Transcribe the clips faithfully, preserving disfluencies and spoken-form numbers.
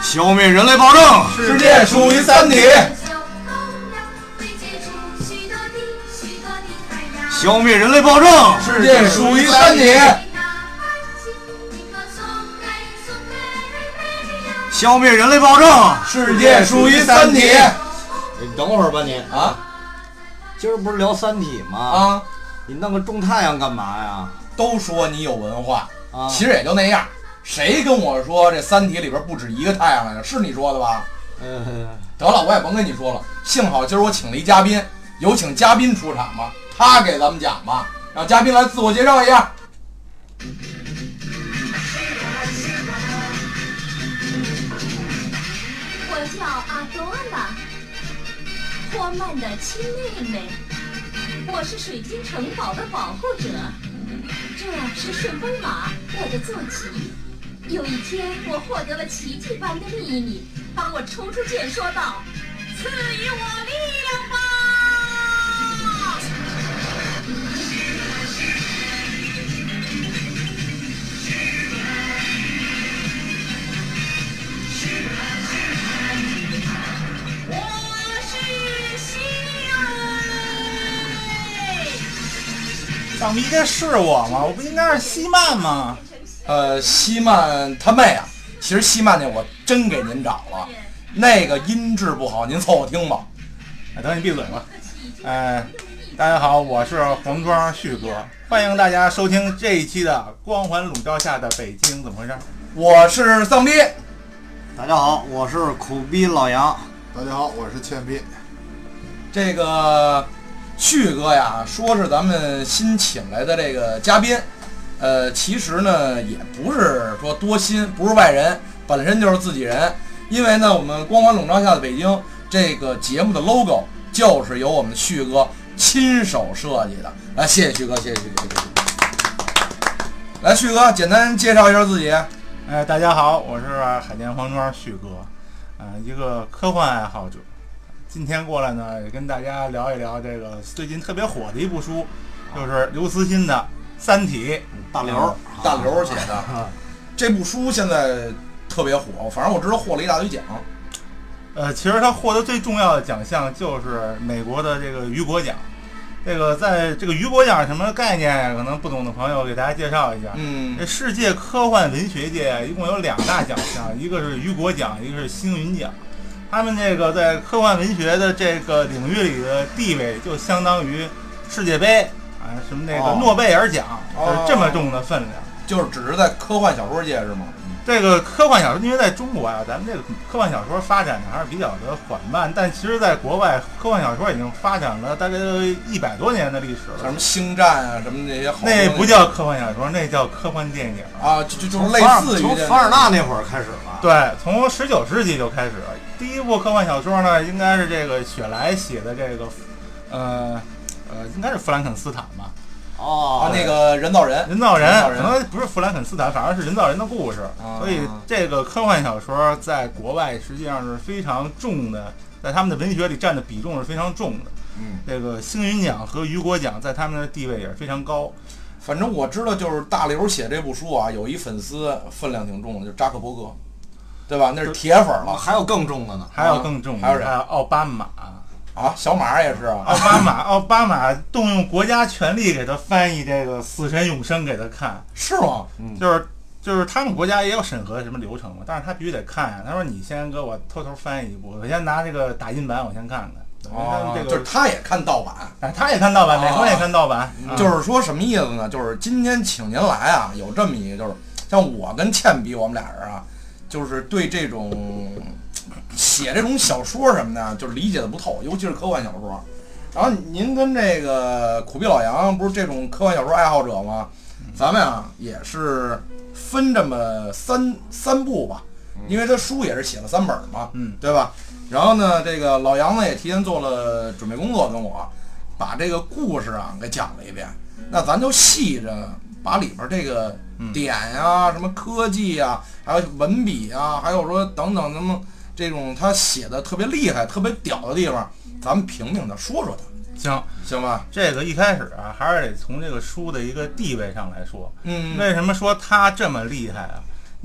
消灭人类暴政， 世界属于三体。 消灭人类暴政， 世界属于三体。 消灭人类暴政， 世界属于三体。 你等会儿吧你啊， 今儿不是聊三体吗？ 啊， 你弄个种太阳干嘛呀？ 都说你有文化啊， 其实也就那样。谁跟我说这三体里边不止一个太阳来着？是你说的吧？ 嗯， 得了，我也甭跟你说了。幸好今儿我请了一嘉宾，有请嘉宾出场吧，他给咱们讲吧，让嘉宾来自我介绍一下。 我叫阿多拉，霍曼的亲妹妹，我是水晶城堡的保护者。这是顺风马，我的坐骑。有一天，我获得了奇迹般的秘密，当我抽出剑说道：“赐予我力量吧！”我是希瑞。 丧逼，这是我吗？我不应该是希曼吗？ 呃，希曼他妹啊！其实希曼那我真给您找了，那个音质不好，您凑合听吧。 哎，等你闭嘴吧。哎，大家好，我是黄庄旭哥，欢迎大家收听这一期的《光环笼罩下的北京》，怎么回事？ 我是丧逼。 大家好，我是苦逼老杨。 大家好，我是倩逼。 这个旭哥呀，说是咱们新请来的这个嘉宾。呃，其实呢，也不是说多心，不是外人，本身就是自己人。因为呢，我们光环笼罩下的北京这个节目的 logo 就是由我们的旭哥亲手设计的。来，谢谢旭哥，谢谢旭哥，谢谢。来，旭哥，简单介绍一下自己。 哎，大家好，我是海淀黄庄旭哥，呃，一个科幻爱好者。今天过来呢，也跟大家聊一聊这个最近特别火的一部书，就是刘慈欣的三体。 大刘， 大刘写的这部书现在特别火，反正我知道获了一大堆奖。 呃，其实他获得最重要的奖项就是美国的这个雨果奖。这个在这个雨果奖什么概念呀？可能不懂的朋友给大家介绍一下。 嗯， 这世界科幻文学界一共有两大奖项，一个是雨果奖，一个是星云奖。他们这个在科幻文学的这个领域里的地位，就相当于世界杯。啊，什么那个诺贝尔奖， 哦， 是这么重的分量， 就是只是在科幻小说界是吗？ 这个科幻小说，因为在中国啊，咱们这个科幻小说发展的还是比较的缓慢，但其实在国外，科幻小说已经发展了大概一百多年的历史了。 什么星战啊，什么那些好， 那不叫科幻小说，那叫科幻电影啊，就就就是类似于从凡尔纳那会儿开始了。 对，从十九世纪就开始了。第一部科幻小说呢，应该是这个雪莱写的这个，呃。呃，应该是弗兰肯斯坦吧？ 哦，那个人造人， 人造人，可能不是弗兰肯斯坦，反而是人造人的故事。 啊、 所以这个科幻小说在国外实际上是非常重的，在他们的文学里占的比重是非常重的。 嗯， 这个星云奖和雨果奖在他们的地位也是非常高。 反正我知道，就是大刘写这部书啊，有一粉丝分量挺重的，就是扎克伯格，对吧？那是铁粉了。 还有更重的呢， 还有更重的， 还有谁？ 还有奥巴马。 啊，小马也是啊。 奥巴马，奥巴马动用国家权力给他翻译这个《死神永生》给他看， 是吗？ 嗯，就是就是他们国家也有审核什么流程嘛，但是他必须得看呀。他说你先给我偷偷翻译一部，我先拿这个打印版我先看看。 哦， 这个就是他也看盗版， 哎，他也看盗版，美国也看盗版。 嗯、就是说什么意思呢？就是今天请您来啊，有这么一个，就是像我跟倩比，我们俩人啊，就是对这种。写这种小说什么的，就是理解的不透，尤其是科幻小说。然后您跟这个苦逼老杨不是这种科幻小说爱好者吗？咱们啊也是分这么三三部吧，因为他书也是写了三本嘛， 嗯， 对吧？然后呢，这个老杨呢也提前做了准备工作，跟我把这个故事啊给讲了一遍。那咱就细着把里边这个点呀、啊、什么科技啊，还有文笔啊，还有说等等什么。这种他写的特别厉害、特别屌的地方，咱们平平的说说他。 行行吧， 这个一开始啊，还是得从这个书的一个地位上来说。 嗯， 为什么说他这么厉害啊？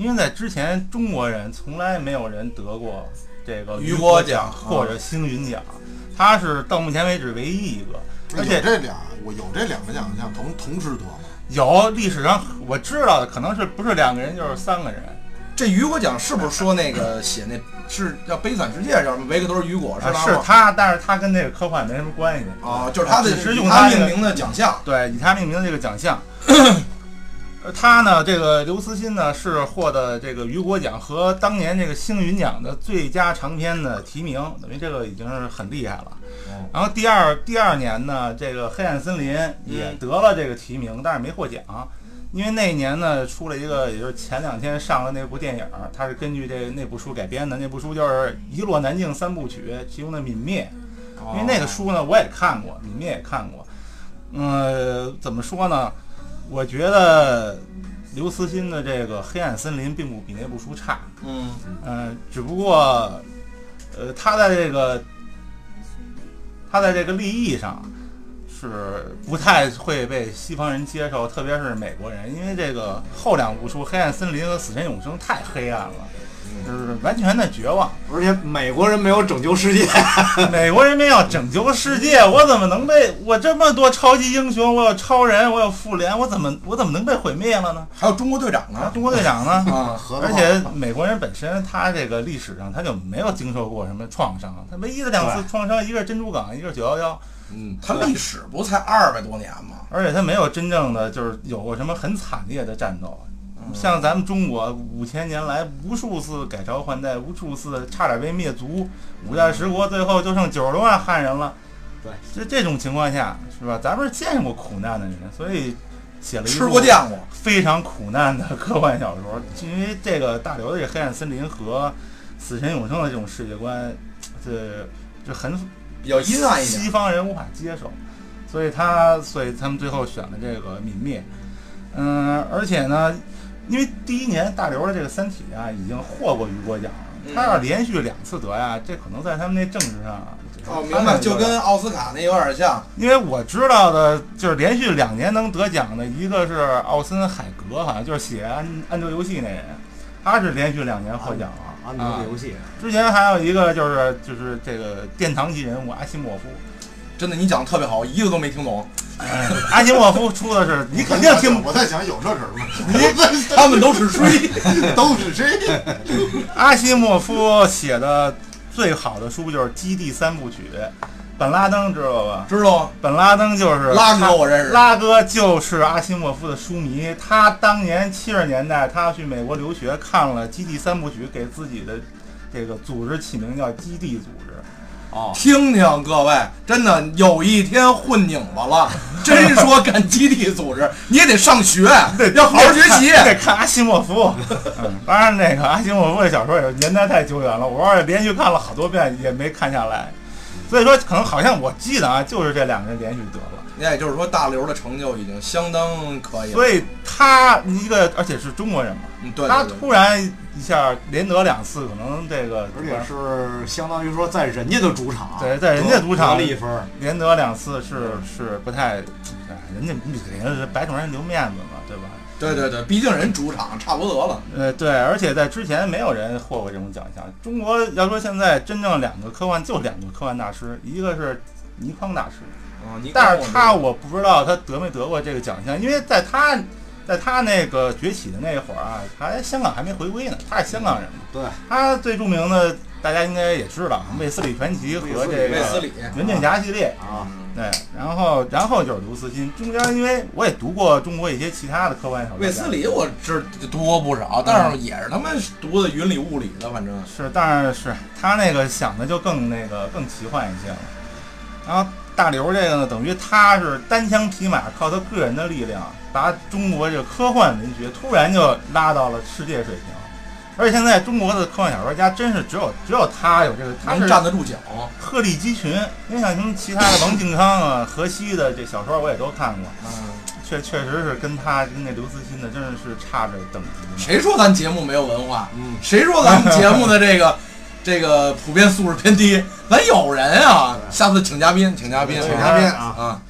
因为在之前中国人从来没有人得过这个雨果奖或者星云奖，他是到目前为止唯一一个。而且这俩我有这两个奖项同同时得吗？ 有，历史上我知道的可能是不是两个人就是三个人。 这雨果奖是不是说那个写那是叫《悲惨世界》叫什么？维克多·雨果是吧？ 是他，但是他跟这个科幻没什么关系啊，就是他的只是用他命名的奖项， 对，以他命名的这个奖项。而他呢，这个刘慈欣呢是获得这个雨果奖和当年这个星云奖的最佳长篇的提名，等于这个已经是很厉害了。嗯、然后第二第二年呢，这个《黑暗森林》也得了这个提名，嗯、但是没获奖。因为那一年呢，出了一个，也就是前两天上了那部电影，它是根据这那部书改编的。那部书就是《一落难境三部曲》其中的《泯灭》。因为那个书呢，我也看过，《泯灭》也看过。嗯，怎么说呢？我觉得刘慈欣的这个《黑暗森林》并不比那部书差。 嗯嗯、呃，只不过，呃，他在这个他在这个立意上。是不太会被西方人接受，特别是美国人，因为这个后两部书《黑暗森林》和《死神永生》太黑暗了，就是完全的绝望。 而且美国人没有拯救世界， 美国人民要拯救世界，我怎么能被我这么多超级英雄，我有超人，我有复联，我怎么我怎么能被毁灭了呢？ 还有中国队长呢， 中国队长呢？ 啊， 而且美国人本身他这个历史上他就没有经受过什么创伤，他唯一的两次创伤，一个是珍珠港，一个是九一一。 嗯，他历史不才二百多年吗？ 而且他没有真正的就是有过什么很惨烈的战斗，嗯、像咱们中国五千年来无数次改朝换代，无数次差点被灭族，五代十国最后就剩九十多万汉人了。 对， 就这种情况下，是吧？咱们是见过苦难的人，所以写了一吃过见过非常苦难的科幻小说。因为这个大刘的这黑暗森林和死神永生的这种世界观，这这很。 比较阴暗一点， 西方人无法接受，所以他，所以他们最后选了这个泯灭。嗯，而且呢，因为第一年大刘的这个《三体》啊，已经获过雨果奖了，他要连续两次得呀，这可能在他们那政治上， 哦，明白，就跟奥斯卡那有点像。 因为我知道的就是连续两年能得奖的，一个是奥森海格，好像就是写安安德游戏那人，他是连续两年获奖了。 安德游戏、啊， 之前还有一个就是就是这个殿堂级人物阿西莫夫， 真的你讲的特别好，一个都没听懂。 哎、阿西莫夫出的是你肯定听， 我在想有这人吗？ 你他们都是谁？ 都是谁？ 阿西莫夫写的最好的书就是《基地三部曲》。本拉登知道吧？ 知道。 本拉登就是拉哥，我认识。 拉哥就是阿西莫夫的书迷，他当年七十年代他去美国留学，看了《基地三部曲》，给自己的这个组织起名叫基地组织。 哦，听听各位，真的有一天混拧巴了，真说干基地组织，你也得上学， 对， 要好好学习， 得看阿西莫夫。嗯，当然那个阿西莫夫的小说也年代太久远了，我连续看了好多遍也没看下来。所以说，可能好像我记得啊，就是这两个人连续得了。 那也就是说，大刘的成就已经相当可以了。 所以他一个，而且是中国人嘛， 嗯，对， 他突然一下连得两次，可能这个， 而且是相当于说在人家的主场， 对，在人家主场得了一分， 连得两次是是不太，人家给人白种人留面子嘛，对吧？ 对对对，毕竟人主场差不多了。 呃，对，而且在之前没有人获过这种奖项。中国要说现在真正两个科幻，就两个科幻大师，一个是倪匡大师， 哦，倪匡， 但是他我不知道他得没得过这个奖项，因为在他在他那个崛起的那会儿啊，还香港还没回归呢，他是香港人嘛。 对， 他最著名的大家应该也知道，卫斯理传奇和这个圆剑侠系列啊。 对，然后然后就是刘慈欣，中间因为我也读过中国一些其他的科幻小说， 卫斯理我知读过不少，但是也是他们读的云里雾里的，反正是，但是是他那个想的就更那个更奇幻一些了。然后大刘这个呢，等于他是单枪匹马，靠他个人的力量，把中国这个科幻文学突然就拉到了世界水平。而且现在中国的科幻小说家真是只有只有他有这个，他是站得住脚， 鹤立鸡群。因为像什么其他的王靖康啊、荷西的这小说我也都看过，嗯，确确实是跟他跟那刘慈欣的真是差着等级。 谁说咱节目没有文化？嗯，谁说咱们节目的这个这个普遍素质偏低？咱有人啊，下次请嘉宾，请嘉宾， 请嘉宾啊啊！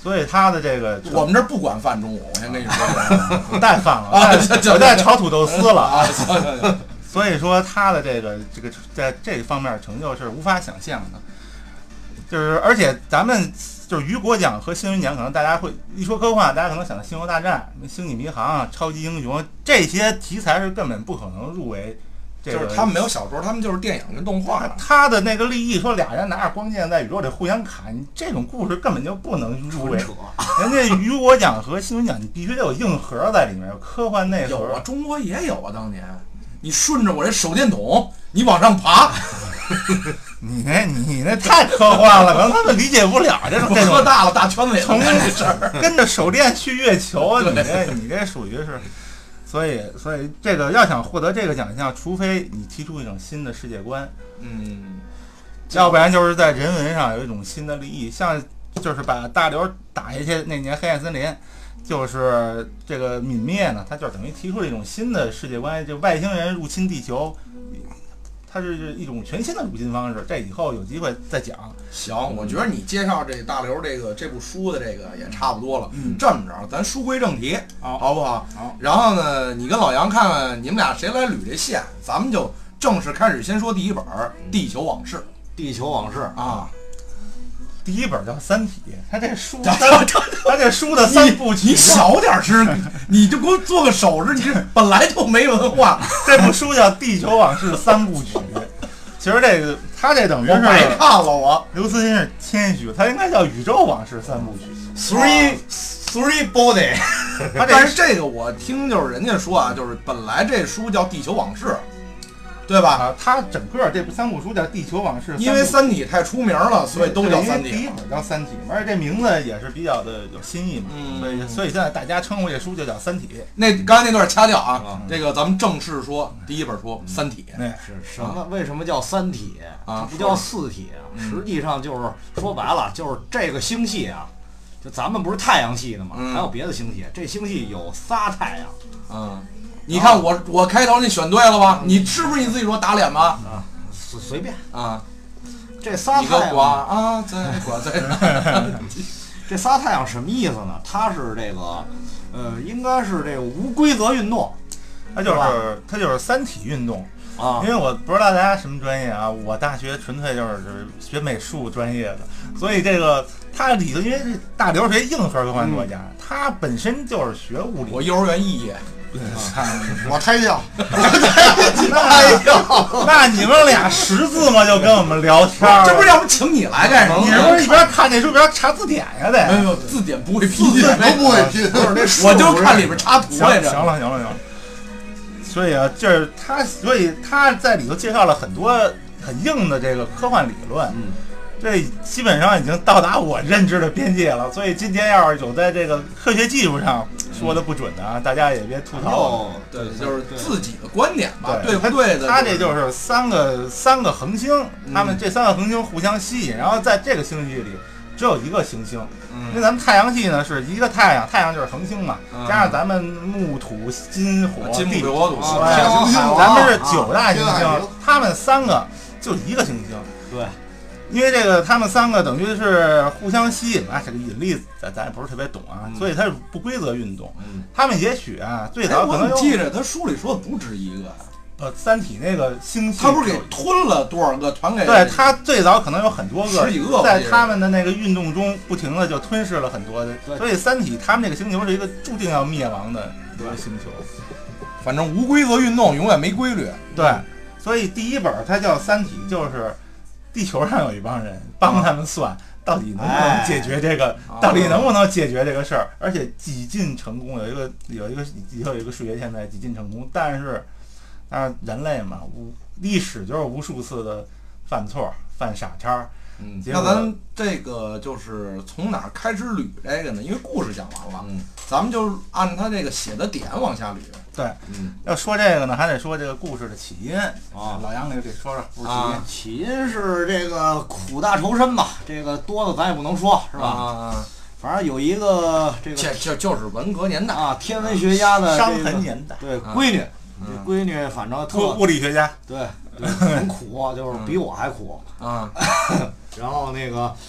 所以他的这个我们这儿不管饭中午，我先跟你说， 不带饭了， 啊我在炒土豆丝了啊，行行行。 所以说他的这个这个在这方面成就是无法想象的，就是而且咱们就是雨果奖和星云奖，可能大家会一说科幻，大家可能想到星球大战、星际迷航、超级英雄这些题材是根本不可能入围。这个、 就是他们没有小说，他们就是电影跟动画。 他的那个立意说俩人拿着光剑在宇宙里互相砍，这种故事根本就不能入围。人家雨果奖和星云奖，你必须得有硬核在里面，有科幻内核。 有啊，中国也有啊，当年。你顺着我这手电筒，你往上爬。 你那你那太科幻了，可能他们理解不了这种。 喝大了大圈子从这事儿， 跟着手电去月球，你这你这属于是，所以所以这个要想获得这个奖项，除非你提出一种新的世界观， 嗯， 要不然就是在人文上有一种新的利益，像就是把大刘打下去那年黑暗森林。就是这个泯灭呢，它就等于提出了一种新的世界观，就外星人入侵地球，它是一种全新的入侵方式。这以后有机会再讲。 行，我觉得你介绍这大刘这个这部书的这个也差不多了。嗯，这么着，咱书归正题，好，好不好？ 好。 然后呢，你跟老杨看看你们俩谁来捋这线，咱们就正式开始，先说第一本《地球往事》。 地球往事啊。 第一本叫《三体》，他这书，他这书的三部曲， 你小点声，你就给我做个手势，你这本来就没文化。 这部书叫《地球往事三部曲》，其实这个他这等于是我白看了我。 刘慈欣是谦虚，他应该叫《宇宙往事三部曲》 ，three three body。 但是这个我听就是人家说啊，就是本来这书叫《地球往事》。对吧？ 啊，它整个这部三部书叫《地球往事》， 因为《三体》太出名了，所以都叫《三体》。 第一本叫《三体》，而且这名字也是比较的有新意嘛， 嗯、 所以所以现在大家称呼这书就叫《三体》。 那刚才那段掐掉啊，嗯、这个咱们正式说第一本书《三体》。 那是什么？为什么叫三体啊？ 不叫四体啊？实际上就是说白了，就是这个星系啊，就咱们不是太阳系的嘛， 嗯、 还有别的星系，这星系有仨太阳。 嗯。你看我我开头你选对了吧？你是不是你自己说打脸吗？ 啊，随随便啊， 这仨太阳啊，在挂在， 这仨太阳什么意思呢？它是这个，呃，应该是这个无规则运动， 它就是它就是三体运动啊。 因为我不知道大家什么专业啊，我大学纯粹就是学美术专业的，所以这个它里头因为大刘是一硬核科幻作家，嗯、他本身就是学物理。 我幼儿园肄业。 我胎教， 胎教，那你们俩识字吗？就跟我们聊天， 这不是要不请你来干什么？ 你是不是一边看那书一边查字典呀？得， 没有字典不会拼， 字典都不会拼， 我就看里边插图来着。 行了行了行了。所以啊，就是他，所以他在里头介绍了很多很硬的这个科幻理论。 嗯。 这基本上已经到达我认知的边界了，所以今天要是有在这个科学技术上说的不准的啊，大家也别吐槽。 对，就是自己的观点吧，对不对的？ 他这就是三个三个恒星，他们这三个恒星互相吸引，然后在这个星系里只有一个行星。因为咱们太阳系呢是一个太阳，太阳就是恒星嘛，加上咱们木土金火金木水火土， 咱们是九大行星，他们三个就一个行星。 对。 因为这个他们三个等于是互相吸引啊，这个引力咱咱也不是特别懂啊， 嗯、 所以它是不规则运动。 嗯、 他们也许啊，最早可能我记着他书里说的不止一个。 呃，三体那个星系， 他不是给吞了多少个团给？ 对，他最早可能有很多个， 十几个， 在他们的那个运动中，不停的就吞噬了很多的。所以三体他们这个星球是一个注定要灭亡的一个星球。 反正无规则运动永远没规律。 对，所以第一本它叫《三体》，就是地球上有一帮人帮他们算。到底能不能解决这个？ 哎、 到底能不能解决这个事儿？而且几近成功，有一个有一个以后有一个数学天才几近成功，但是，但是人类嘛，无历史就是无数次的犯错、犯傻叉。 嗯，那咱这个就是从哪儿开始捋这个呢？因为故事讲完了， 嗯， 咱们就按他这个写的点往下捋。 对， 嗯， 要说这个呢，还得说这个故事的起因啊。老杨，你得说说故事起因。 啊、起因是这个苦大仇深吧，这个多的咱也不能说，是吧？ 啊， 反正有一个这个， 就就就是文革年代啊，天文学家的、这个、 伤痕年代， 对，闺女， 嗯、 这闺女反正特物理学家， 对，对很苦，就是比我还苦啊。 然后那个，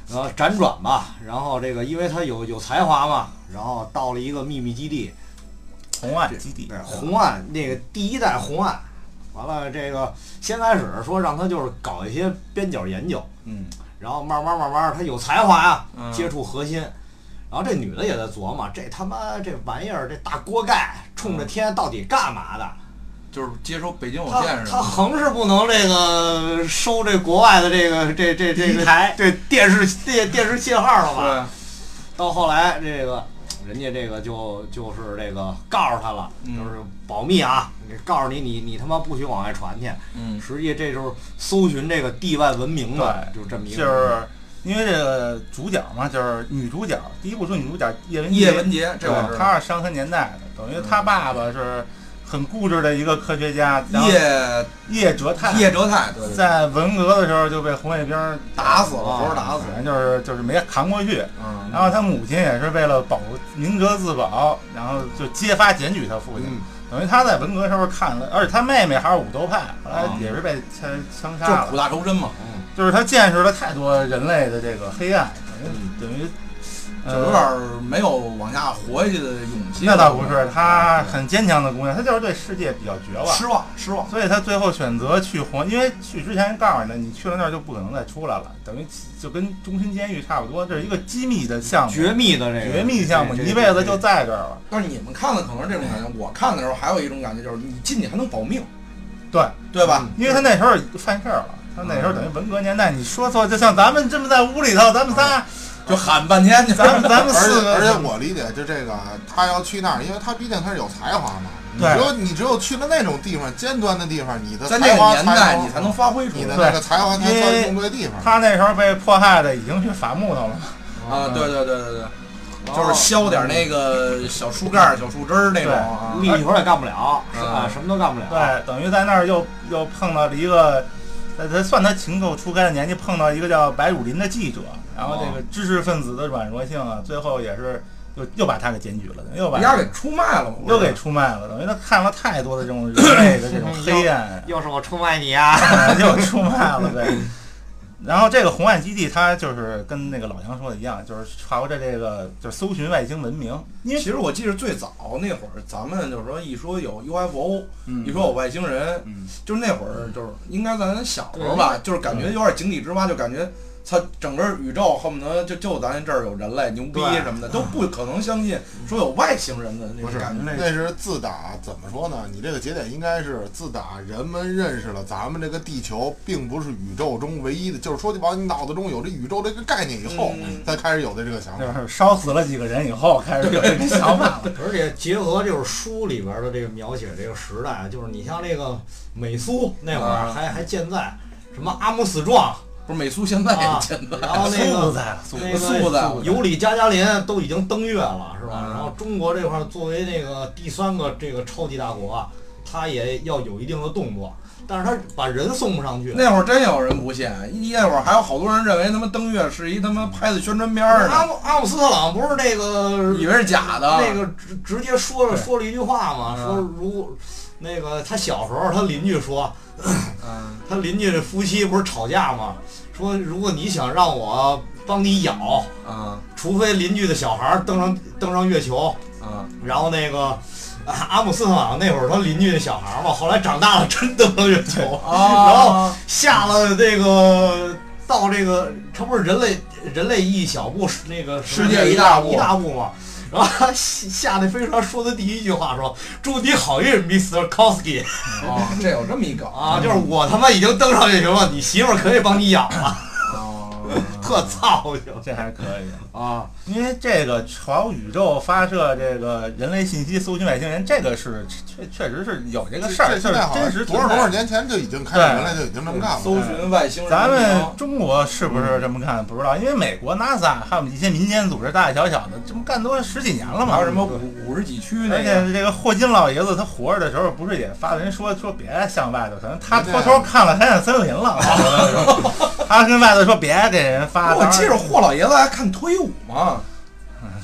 呃辗转吧，然后这个因为他有有才华嘛，然后到了一个秘密基地， 红岸基地， 对，红岸那个第一代红岸，完了这个先开始说让他就是搞一些边角研究， 嗯， 然后慢慢慢慢他有才华呀， 嗯接触核心。然后这女的也在琢磨，这他妈这玩意儿，这大锅盖冲着天到底干嘛的？ 就是接收北京有他线是吧？ 他横是不能这个收这国外的这个这这这个台对电视电电视信号了吧？ 对， 到后来这个人家这个就就是这个告诉他了， 嗯就是保密啊，告诉你你你他妈不许往外传去。 嗯， 实际这就是搜寻这个地外文明的， 对就这么一个。 就是因为这个主角嘛，就是女主角，第一部说女主角叶文洁， 叶文洁，这我知道。 她是伤痕年代的，等于她爸爸是很固执的一个科学家， 叶叶哲泰， 叶哲泰，对对， 在文革的时候就被红卫兵打死了， 啊活活打死反正就是就是没扛过去。 嗯， 然后他母亲也是为了保明哲自保，然后就揭发检举他父亲。 嗯等于他在文革时候看了，而且他妹妹还是武斗派，后来也是被枪枪就杀了。 苦大仇深嘛， 嗯， 就是他见识了太多人类的这个黑暗，等于嗯等于就有点没有往下活下去的勇气。 那倒不是，她很坚强的姑娘，她就是对世界比较绝望， 失望，失望。 所以她最后选择去红，因为去之前告诉你，你去了那儿就不可能再出来了，等于就跟终身监狱差不多，这是一个机密的项目， 绝密的这个绝密项目， 这你一辈子就在这儿了。 但是你们看的可能是这种感觉，我看的时候还有一种感觉，就是你进去还能保命， 对对吧？ 因为他那时候犯事儿了，他那时候等于文革年代，你说错，就像咱们这么在屋里头，咱们仨就喊半天， 咱们咱们而四个， 且而且我理解就这个，他要去那儿，因为他毕竟他是有才华嘛。你对只有你只有去了那种地方，尖端的地方，你的在那个才华年代才你才能发挥出来你的那个才华才算用对地方。 他那时候被迫害的已经去伐木头了， 啊！对对对对对，就是削点那个小树干、小树枝儿那种啊。 力气活也干不了，是吧？ 嗯什么都干不了。 对，等于在那儿又又碰到了一个，呃，他算他情窦初开的年纪，碰到一个叫白汝林的记者，然后这个知识分子的软弱性啊，最后也是又又把他给检举了，又把丫给出卖了嘛， 又给出卖了，等于他看了太多的这种人类的这种黑暗， 又是我出卖你啊！ 又出卖了呗。然后这个红岸基地，它就是跟那个老杨说的一样，就是朝着这个就是搜寻外星文明。因为其实我记得最早那会儿，咱们就是说一说有 U F O，、 嗯一说有外星人， 嗯就是那会儿就是应该咱小时候吧，就是感觉有点井底之蛙，就感觉它整个宇宙恨不得就就咱这儿有人类牛逼对什么的，都不可能相信说有外星人的那不是种感觉。 那是自打怎么说呢？你这个节点应该是自打人们认识了咱们这个地球并不是宇宙中唯一的，就是说往你脑子中有这宇宙这个概念以后， 嗯才开始有的这个想法。 就是烧死了几个人以后，开始有这个想法了。 而且结合就是书里边的这个描写这个时代，就是你像这个美苏那会儿啊还还健在，什么阿姆斯壮不是美苏现在也啊现在， 然后那个素在了，素那个素在了尤里加加林都已经登月了，是吧？ 嗯然后中国这块儿作为那个第三个这个超级大国啊，它也要有一定的动作，但是它把人送不上去。 那会儿真有人不信，一那会儿还有好多人认为他妈登月是一他妈拍的宣传片儿呢， 阿姆阿姆斯特朗不是那个以为是假的。 那个直直接说了对说了一句话嘛， 嗯说如那个他小时候他邻居说， 嗯他邻居夫妻不是吵架吗？说如果你想让我帮你咬， 啊除非邻居的小孩登上登上月球。 啊然后那个啊阿姆斯特朗那会儿他邻居的小孩嘛，后来长大了真登上月球，然后啊！ 下了这个到这个他不是人类人类一小步，那个世界一大步一大步嘛。然后他下那飞船说的第一句话说：“祝你好运，mister Kowski。 哦，这有这么一梗” 啊，就是我他妈已经登上月球了，你媳妇儿可以帮你养了， 哦， 特操心这还可以。 啊！ 因为这个朝宇宙发射这个人类信息搜寻外星人，这个是确确实是有这个事儿， 这就是现在好像真实多少多少存在。 年前就已经开始， 对人类就已经这么干了。 搜寻外星人咱文明们中国是不是这么干不知道，因为美国 NASA 还有一些民间组织大大小小的这么干都十几年了嘛。 还有什么五五十几区那而个， 且这个霍金老爷子他活着的时候，不是也发文说说别向外头，可能他偷偷看了《黑暗森林》了。他跟外头说别给人发。 我记着霍老爷子还看推舞嘛，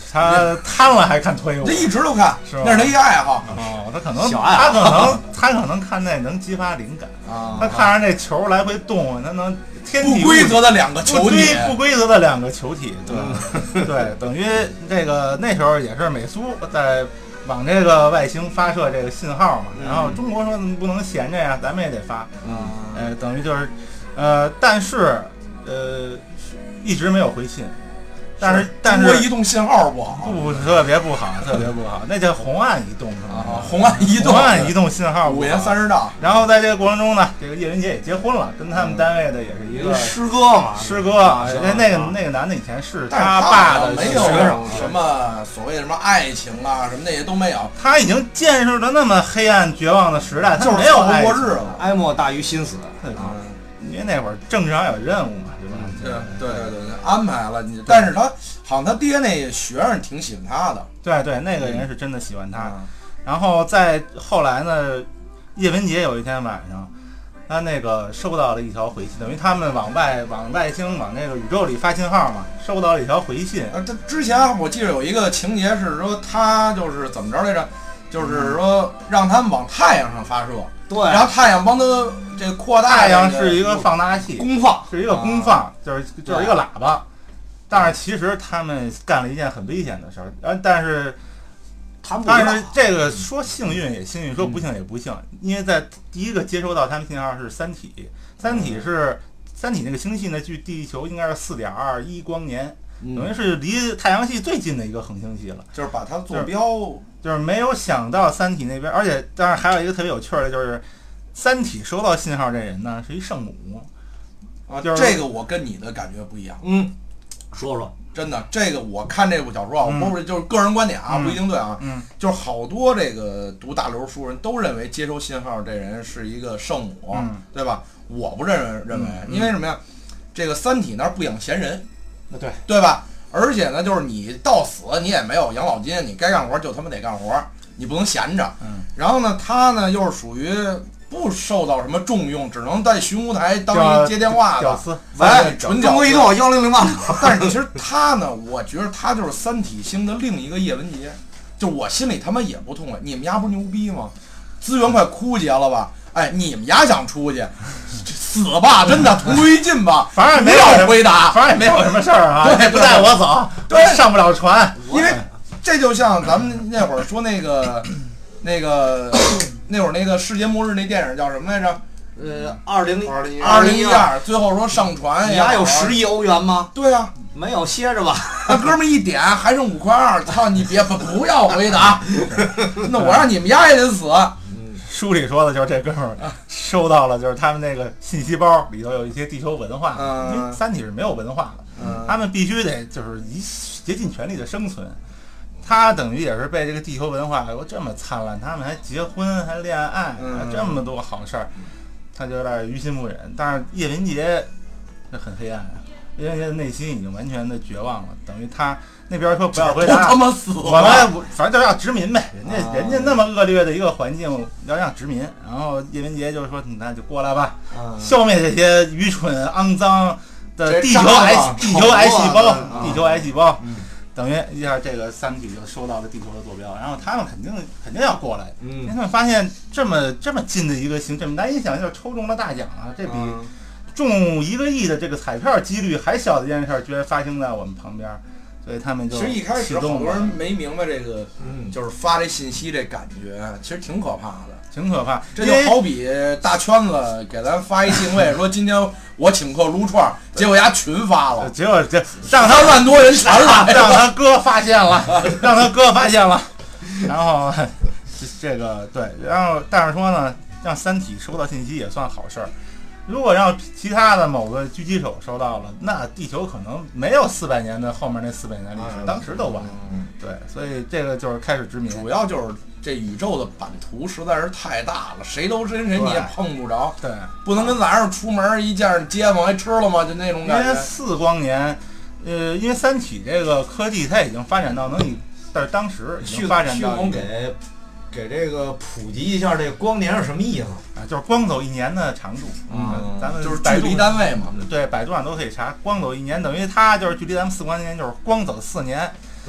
他贪了还看推舞， 这一直都看， 是吧？ 那是他一爱好。 哦，他可能小爱好他可能他可能看那能激发灵感啊， 他看着那球来回动，他能天体不规则的两个球体， 不规则的两个球体，对对，等于这个那时候也是美苏在往这个外星发射这个信号嘛，然后中国说不能闲着呀，咱们也得发，呃，等于就是，呃，但是呃一直没有回信。但是但是中国移动信号不好， 不特别不好，特别不好，那叫红岸移动是吧？ 啊，红岸移动， 红岸移动信号五年三十兆。 然后在这个过程中呢，这个叶文洁也结婚了，跟他们单位的也是一个师哥嘛， 师哥。那那个那个男的以前是他爸的没有学生， 什么所谓的什么爱情啊什么那些都没有。 他已经见识了那么黑暗绝望的时代， 就是没有爱过日子， 哀莫大于心死啊。因为那会儿政治上有任务嘛，对吧？ 对对对对，安排了你，但是他好像他爹那学生挺喜欢他的， 对对，那个人是真的喜欢他。嗯、然后在后来呢，叶文洁有一天晚上，他那个收到了一条回信，等于他们往外往外星往那个宇宙里发信号嘛，收到了一条回信。 啊，他之前我记得有一个情节是说他就是怎么着来着，就是说让他们往太阳上发射。 对， 然后太阳帮他这扩大、这个， 太阳是一个放大器， 功放是一个功放，啊、就是就是一个喇叭。但是其实他们干了一件很危险的事儿，呃，但是，但是这个说幸运也幸运，说不幸也不幸，嗯、因为在第一个接收到他们信号是三体，三体是三体那个星系呢，距地球应该是四点二一光年。等于是离太阳系最近的一个恒星系了， 就是把它坐标， 就是没有想到三体那边，而且当然还有一个特别有趣的，就是三体收到信号这人呢是一圣母， 啊，就是这个我跟你的感觉不一样， 嗯，说说， 真的，这个我看这部小说啊， 嗯、 我不是就是个人观点啊， 嗯、 不一定对啊， 嗯， 就是好多这个读大流书人都认为接收信号这人是一个圣母， 嗯、 对吧？我不认为认为， 嗯、 因为什么呀？这个三体那儿不养闲人。 对对吧？而且呢，就是你到死你也没有养老金，你该干活就他妈得干活，你不能闲着。 嗯。 然后呢，他呢又是属于不受到什么重用，只能在巡舞台当一接电话的屌丝。 喂，纯中国移动幺零零八。 但是其实他呢，我觉得他就是三体星的另一个叶文洁，就我心里他妈也不痛快。你们家不是牛逼吗？资源快枯竭了吧？哎，你们家想出去？死吧，真的同归于尽吧。 反正也没有回答， 反正也没有什么事儿啊。 对， 不带我走， 对， 上不了船。 因为这就像咱们那会儿说那个那个那会儿那个世界末日那电影叫什么来着？ 呃，二零二零二零一二，最后说上船。 你家有十亿欧元吗？ 对啊， 没有，歇着吧。 那哥们儿一点还剩五块二，操你别不不要回答，那我让你们家也得死。 书里说的就是这哥们儿收到了，就是他们那个信息包里头有一些地球文化， 嗯、 因为三体是没有文化的， 嗯、 他们必须得就是以竭尽全力的生存。他等于也是被这个地球文化有这么灿烂，他们还结婚还恋爱， 嗯、 还这么多好事儿，他就有点于心不忍。但是叶文洁这很黑暗啊，叶文洁的内心已经完全的绝望了，等于他。那边说不要回答， 他妈死我们反正就是要殖民呗，人家、啊、人家那么恶劣的一个环境要让殖民，然后叶文洁就说那就过来吧， 啊、 消灭这些愚蠢肮脏的地球癌地球癌细胞， 啊、 地球癌细胞， 嗯、 等于一下这个三体就收到了地球的坐标，然后他们肯定肯定要过来， 嗯、 因为他们发现这么这么近的一个星，这么难以想象，抽中了大奖啊，这比中一个亿的这个彩票几率还小的一件事，居然发生在我们旁边。所以他们就其实一开始好多人没明白这个，嗯，就是发这信息这感觉，其实挺可怕的， 挺可怕。 这就好比大圈子给咱发一定位，说今天我请客撸串，结果丫群发了， 结果这让他万多人全来， 让他哥发现了，让他哥发现了，然后这个对，然后但是说呢，让三体收到信息也算好事儿。如果让其他的某个狙击手收到了，那地球可能没有四百年的后面那四百年历史，当时都完了。对，所以这个就是开始殖民。 主要就是这宇宙的版图实在是太大了，谁都跟谁你也碰不着。 对， 不能跟晚上出门一见街坊还吃了吗？就那种感觉。 因为四光年，呃，因为三体这个科技它已经发展到能以，但是当时已经发展到给。给这个普及一下，这个光年是什么意思啊？就是光走一年的长度。 嗯， 咱们就是距离单位嘛。 对，百度上都可以查，光走一年等于它就是距离咱们四光年就是光走四年。 对，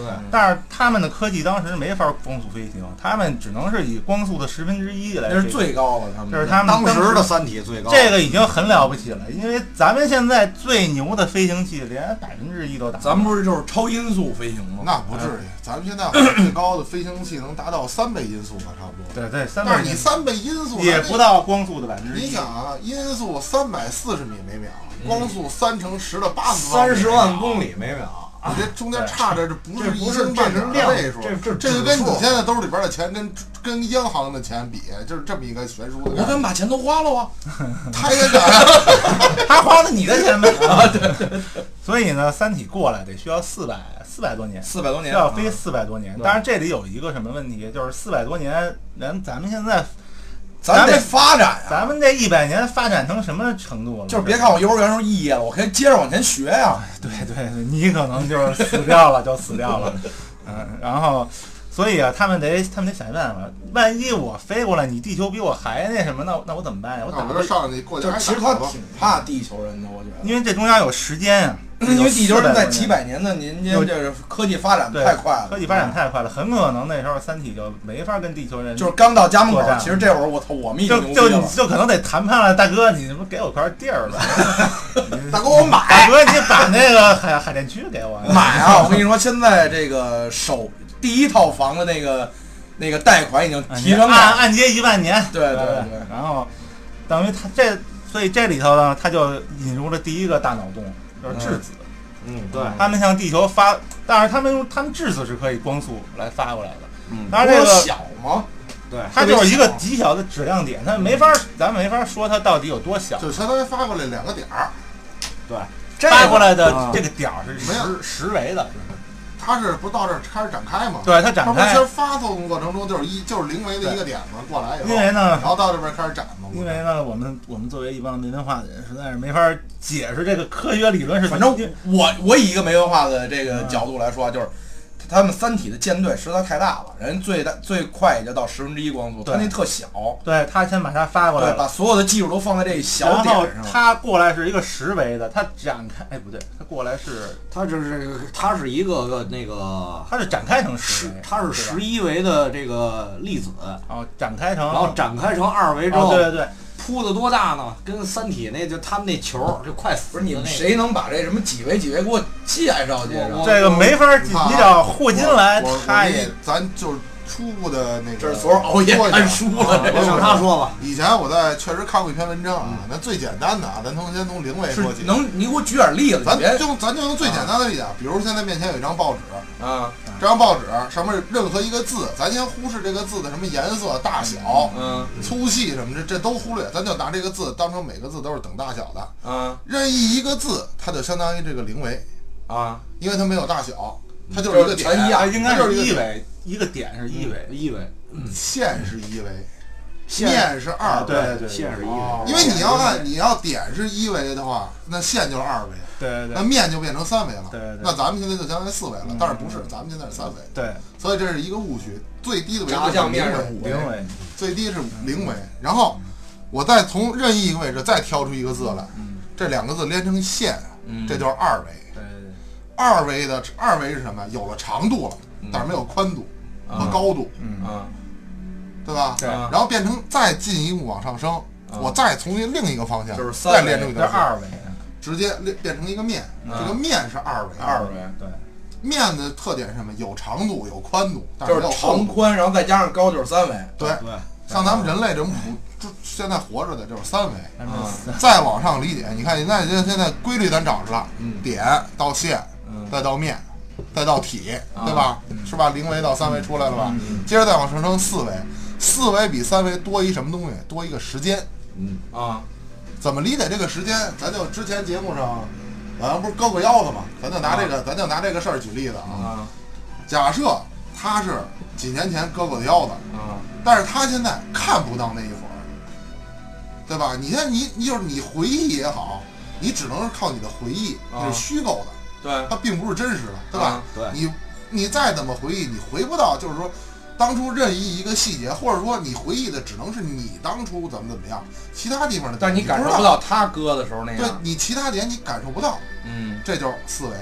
对， 但是他们的科技当时没法光速飞行，他们只能是以光速的十分之一来。 那是最高了，他们这是他们当时时的三体最高。 这个已经很了不起了，因为咱们现在最牛的飞行器连百分之一都达不到。 咱们不是就是超音速飞行吗？ 那不至于，咱们现在最高的飞行器能达到三倍音速吧，差不多。 对对，三倍但是你三倍音速也不到光速的百分之一。 你想啊，音速三百四十米每秒，光速三乘十的八十三十万公里每秒。 你这中间差着，这不是一这不是星半点的倍数， 这这这就跟你现在兜里边的钱跟跟央行的钱比，就是这么一个悬殊的概念。 我怎么把钱都花了啊？ 他也敢， 他花了你的钱呗。啊，对对对。所以呢，三体过来得需要四百四百多年， 四百多年需要飞四百多年。当然这里有一个什么问题，就是四百多年，人咱们现在。 咱得发展呀、啊， 咱们这一百年发展成什么程度了？ 就是别看我幼儿园时候肄业了，我可以接着往前学呀、啊。 对对对，你可能就是死掉了，就死掉了。嗯，然后，所以啊，他们得他们得想办法。万一我飞过来，你地球比我还那什么，那那我怎么办呀？我打不上去过去， 其实他挺怕地球人的，我觉得。 因为这中间有时间啊。 因为地球人在几百年的年间，就是科技发展太快了， 科技发展太快了，很可能那时候三体就没法跟地球人就是刚到家门口。其实这会儿我操，我们已经就就就可能得谈判了，大哥，你不给我块地儿吧？ 大哥，我买。 大哥，你把那个海海淀区给我买啊！我跟你说，现在这个首第一套房的那个那个贷款已经提升了， 按按揭一万年。 对对对。 然后等于他这，所以这里头呢，他就引入了第一个大脑洞。就是质子， 嗯，对， 他们向地球发，但是他们用他们质子是可以光速来发过来的， 嗯， 当然这个小吗？ 对， 它就是一个极小的质量点，它没法，咱没法说它到底有多小， 就相当于发过来两个点儿， 对， 发过来的这个点儿是十十维的， 它是不到这儿开始展开吗？ 对，它展开。 它不是发送过程中就是一就是零维的一个点吗？过来以后， 因为呢， 然后到这边开始展嘛。 因为呢，我们我们作为一帮没文化的人，实在是没法解释这个科学理论是。 反正我我以一个没文化的这个角度来说，就是他们三体的舰队实在太大了，人最大最快也就到十分之一光速，他那特小。 对，他先把它发过来， 把所有的技术都放在这小点上。 然后他过来是一个十维的，他展开，哎，不对，他过来是， 他这是他是一个个那个， 他是展开成十维， 他是十一维的这个粒子， 然后展开成， 然后展开成二维之后， 哦、对对对。 铺的多大呢？跟三体那就他们那球就快死。 不是你们谁能把这什么几维几维给我介绍介绍？ 这个没法，你找霍金来，他也咱就是初步的那个。 这是昨儿熬夜看书了， 我让他说吧。 以前我在确实看过一篇文章啊，那最简单的啊，咱从先从零维说起。 能你给我举点例子？ 咱就咱就用最简单的例子，比如现在面前有一张报纸啊， 这张报纸上面任何一个字，咱先忽视这个字的什么颜色、大小、 嗯、 粗细什么的，这都忽略，咱就拿这个字当成每个字都是等大小的啊。 任意一个字，它就相当于这个零维啊， 因为它没有大小，它就是一个点， 应该是一维，一个点是一维， 一维， 线是一维。面是二维， 对对， 线是一维。 因为你要按你要点是一维的话，那线就是二维， 对对， 那面就变成三维了， 对对。 那咱们现在就相当于四维了，但是不是，咱们现在是三维， 对。 所以这是一个误区，最低的维是零维， 零维， 最低是零维。然后我再从任意一个位置再挑出一个字来，这两个字连成线，这就是二维。 对对。 二维的二维是什么？有了长度了，但是没有宽度和高度。 嗯啊。 对吧？ 对， 然后变成再进一步往上升， 嗯、 我再从另一个方向， 就是再连出一个二维， 直接变成一个面， 嗯、 这个面是二维， 二维， 对。 面的特点是什么？有长度，有宽度，但是没有长宽，然后再加上高就是三维。 对对， 像咱们人类这种普，就现在活着的就是三维。 嗯、 再往上理解，你看现在现在规律咱找着了， 嗯、 点到线， 嗯、 再到面。再到体， 啊、 对吧？ 嗯、 是吧？零维到三维出来了吧？ 嗯、 接着再往上升四维，四维比三维多一什么东西？多一个时间。 嗯啊， 怎么理解这个时间？咱就之前节目上，好像不是割过腰子嘛？咱就拿这个，啊、咱就拿这个事儿举例子啊。 啊假设他是几年前割过的腰子啊， 但是他现在看不到那一会儿，对吧？你看你你就是你回忆也好，你只能是靠你的回忆， 啊、 你是虚构的。 对， 它并不是真实的，对吧？ 啊、对， 你你再怎么回忆，你回不到，就是说，当初任意一个细节，或者说你回忆的只能是你当初怎么怎么样，其他地方的， 但是你感受不到他割的时候那样。 对，你其他点你感受不到， 嗯， 这就是四维。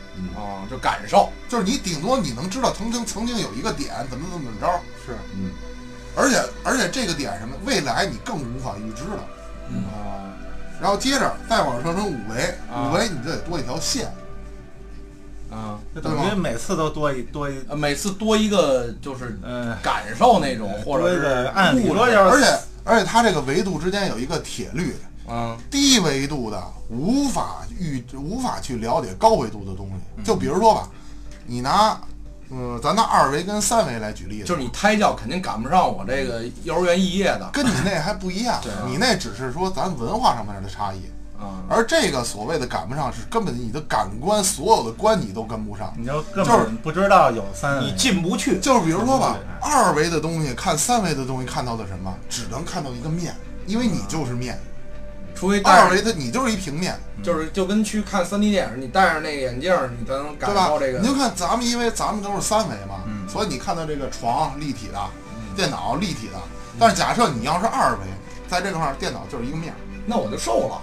嗯啊，就感受， 就是你顶多你能知道曾经曾经有一个点怎么怎么怎么着， 是， 嗯，而且而且这个点什么，未来你更无法预知了。 嗯啊， 然后接着再往上升五维， 啊五维你就得多一条线， 啊， 就等于每次都多一多一， 呃每次多一个就是嗯， 感受那种，或者是多一个按理物说要是而且而且它这个维度之间有一个铁律， 啊低维度的无法预无法去了解高维度的东西。就比如说吧，你拿嗯，咱拿二维跟三维来举例子， 就是你胎教肯定赶不上我这个幼儿园肄业的跟你那还不一样对啊， 你那只是说咱文化上面的差异， 啊， 而这个所谓的赶不上是根本你的感官所有的观你都跟不上。 你就根就是本不知道有三维， 你进不去。 就是比如说吧对， 二维的东西看三维的东西看到的什么，只能看到一个面，因为你就是面。 除非戴着二维的你就是一平面， 就是就跟去看 三 D 电影，你戴上那个眼镜，你才能感对吧受这？个你就看咱们，因为咱们都是三维嘛， 嗯所以你看到这个床立体的，电脑立体的。但是假设你要是二维，在这块儿电脑就是一个面， 那我就瘦了，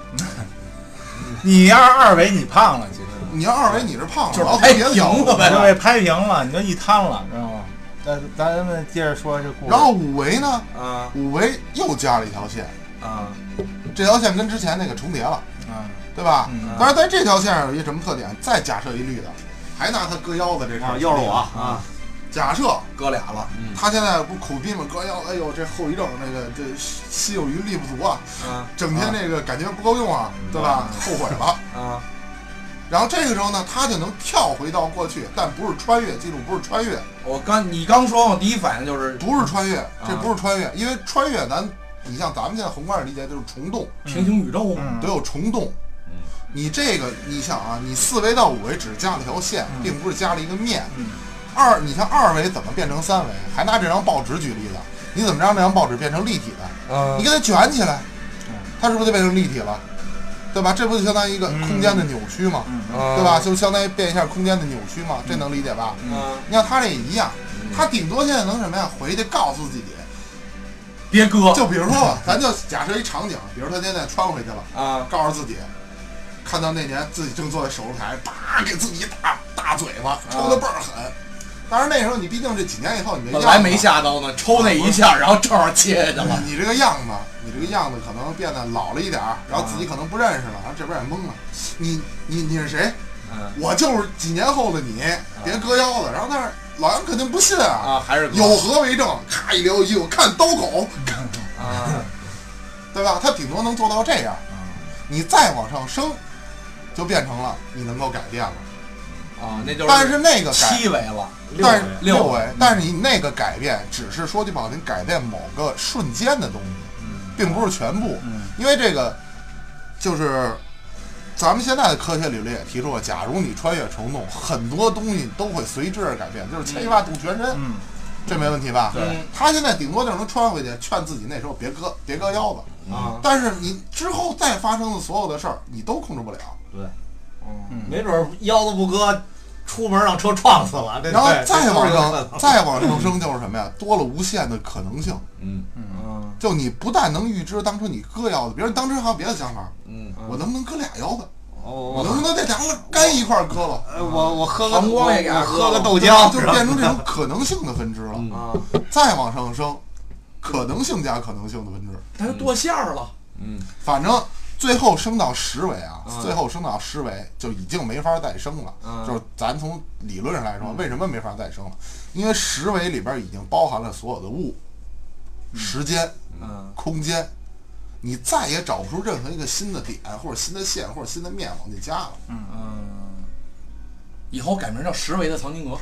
你要是二维你胖了，其实你要二维你是胖了， 就是然后拍平别走了呗你就被拍平了，你就一瘫了，知道吗？咱咱们接着说这故事。 然后五维呢， 啊五维又加了一条线， 啊这条线跟之前那个重叠了， 啊， 对吧？ 嗯但是在这条线上有一什么特点？再假设一绿的，还拿它割腰子这事啊， 儿， 又是我啊！ 假设哥俩了他现在不苦逼吗？割腰，哎呦，这后遗症，这个这心有余力不足啊， 啊整天这个感觉不够用啊，对吧？后悔了。 啊然后这个时候呢，他就能跳回到过去，但不是穿越，记住不是穿越， 我刚你刚说，我第一反应就是不是穿越，这不是穿越，因为穿越咱，你像咱们现在宏观的理解就是虫洞， 平行宇宙嘛， 嗯得有虫洞。你这个，你想啊，你四维到五维只加了条线，并不是加了一个面。 嗯二，你像二维怎么变成三维？还拿这张报纸举例子，你怎么让这张报纸变成立体的？ 啊你给它卷起来，它是不是就变成立体了？对吧？这不就相当于一个空间的扭曲吗？ 啊对吧？就相当于变一下空间的扭曲嘛，这能理解吧？ 啊， 你看他这也一样，他顶多现在能什么呀？回去告诉自己， 别割就比如说吧，咱就假设一场景，比如他现在穿回去了， 啊告诉自己，看到那年自己正坐在手术台，叭给自己一大大嘴巴，抽的倍儿狠。当然那时候你毕竟这几年以后你这样子本来没下刀呢，抽那一下，然后正好切下去了。 你你这个样子，你这个样子可能变得老了一点儿，然后自己可能不认识了，然后这边也懵了。你你你是谁？ 嗯我就是几年后的你，别割腰子。然后但是老杨肯定不信啊， 啊，还是割有何为证？咔一撩衣服，看刀口， 啊对吧？他顶多能做到这样。你再往上升，就变成了你能够改变了。 啊，那就是但是那个改七维了， 但是六维六维，但是你那个改变只是说句不好听，改变某个瞬间的东西，并不是全部。因为这个就是咱们现在的科学理论也提出了，假如你穿越虫洞，很多东西都会随之而改变，就是牵一发度全身， 嗯， 这没问题吧？ 对他现在顶多就是能穿回去，劝自己那时候别割别割腰子。 啊， 但是你之后再发生的所有的事儿，你都控制不了。 对， 嗯没准儿腰子不割，出门让车撞死了。这然后对再往这都是有可上能再往上升就是什么呀？多了无限的可能性。 嗯嗯就你不但能预知当初你割腰子，别人当时还有别的想法， 嗯， 我能不能割俩腰子？ 我我能我不能这俩干一块儿割了？ 呃我我喝个膀胱也给我它割了喝个豆对吧浆， 就变成这种可能性的分支了。 嗯啊， 再往上升，可能性加可能性的分支， 它就剁馅儿了。 嗯反正最后升到十维啊， 嗯最后升到十维就已经没法再升了。 嗯就是咱从理论上来说，为什么没法再升了？因为十维里边已经包含了所有的物、时间、 嗯空间，你再也找不出任何一个新的点或者新的线或者新的面往进加了。 嗯，以后改名叫十维的藏经阁，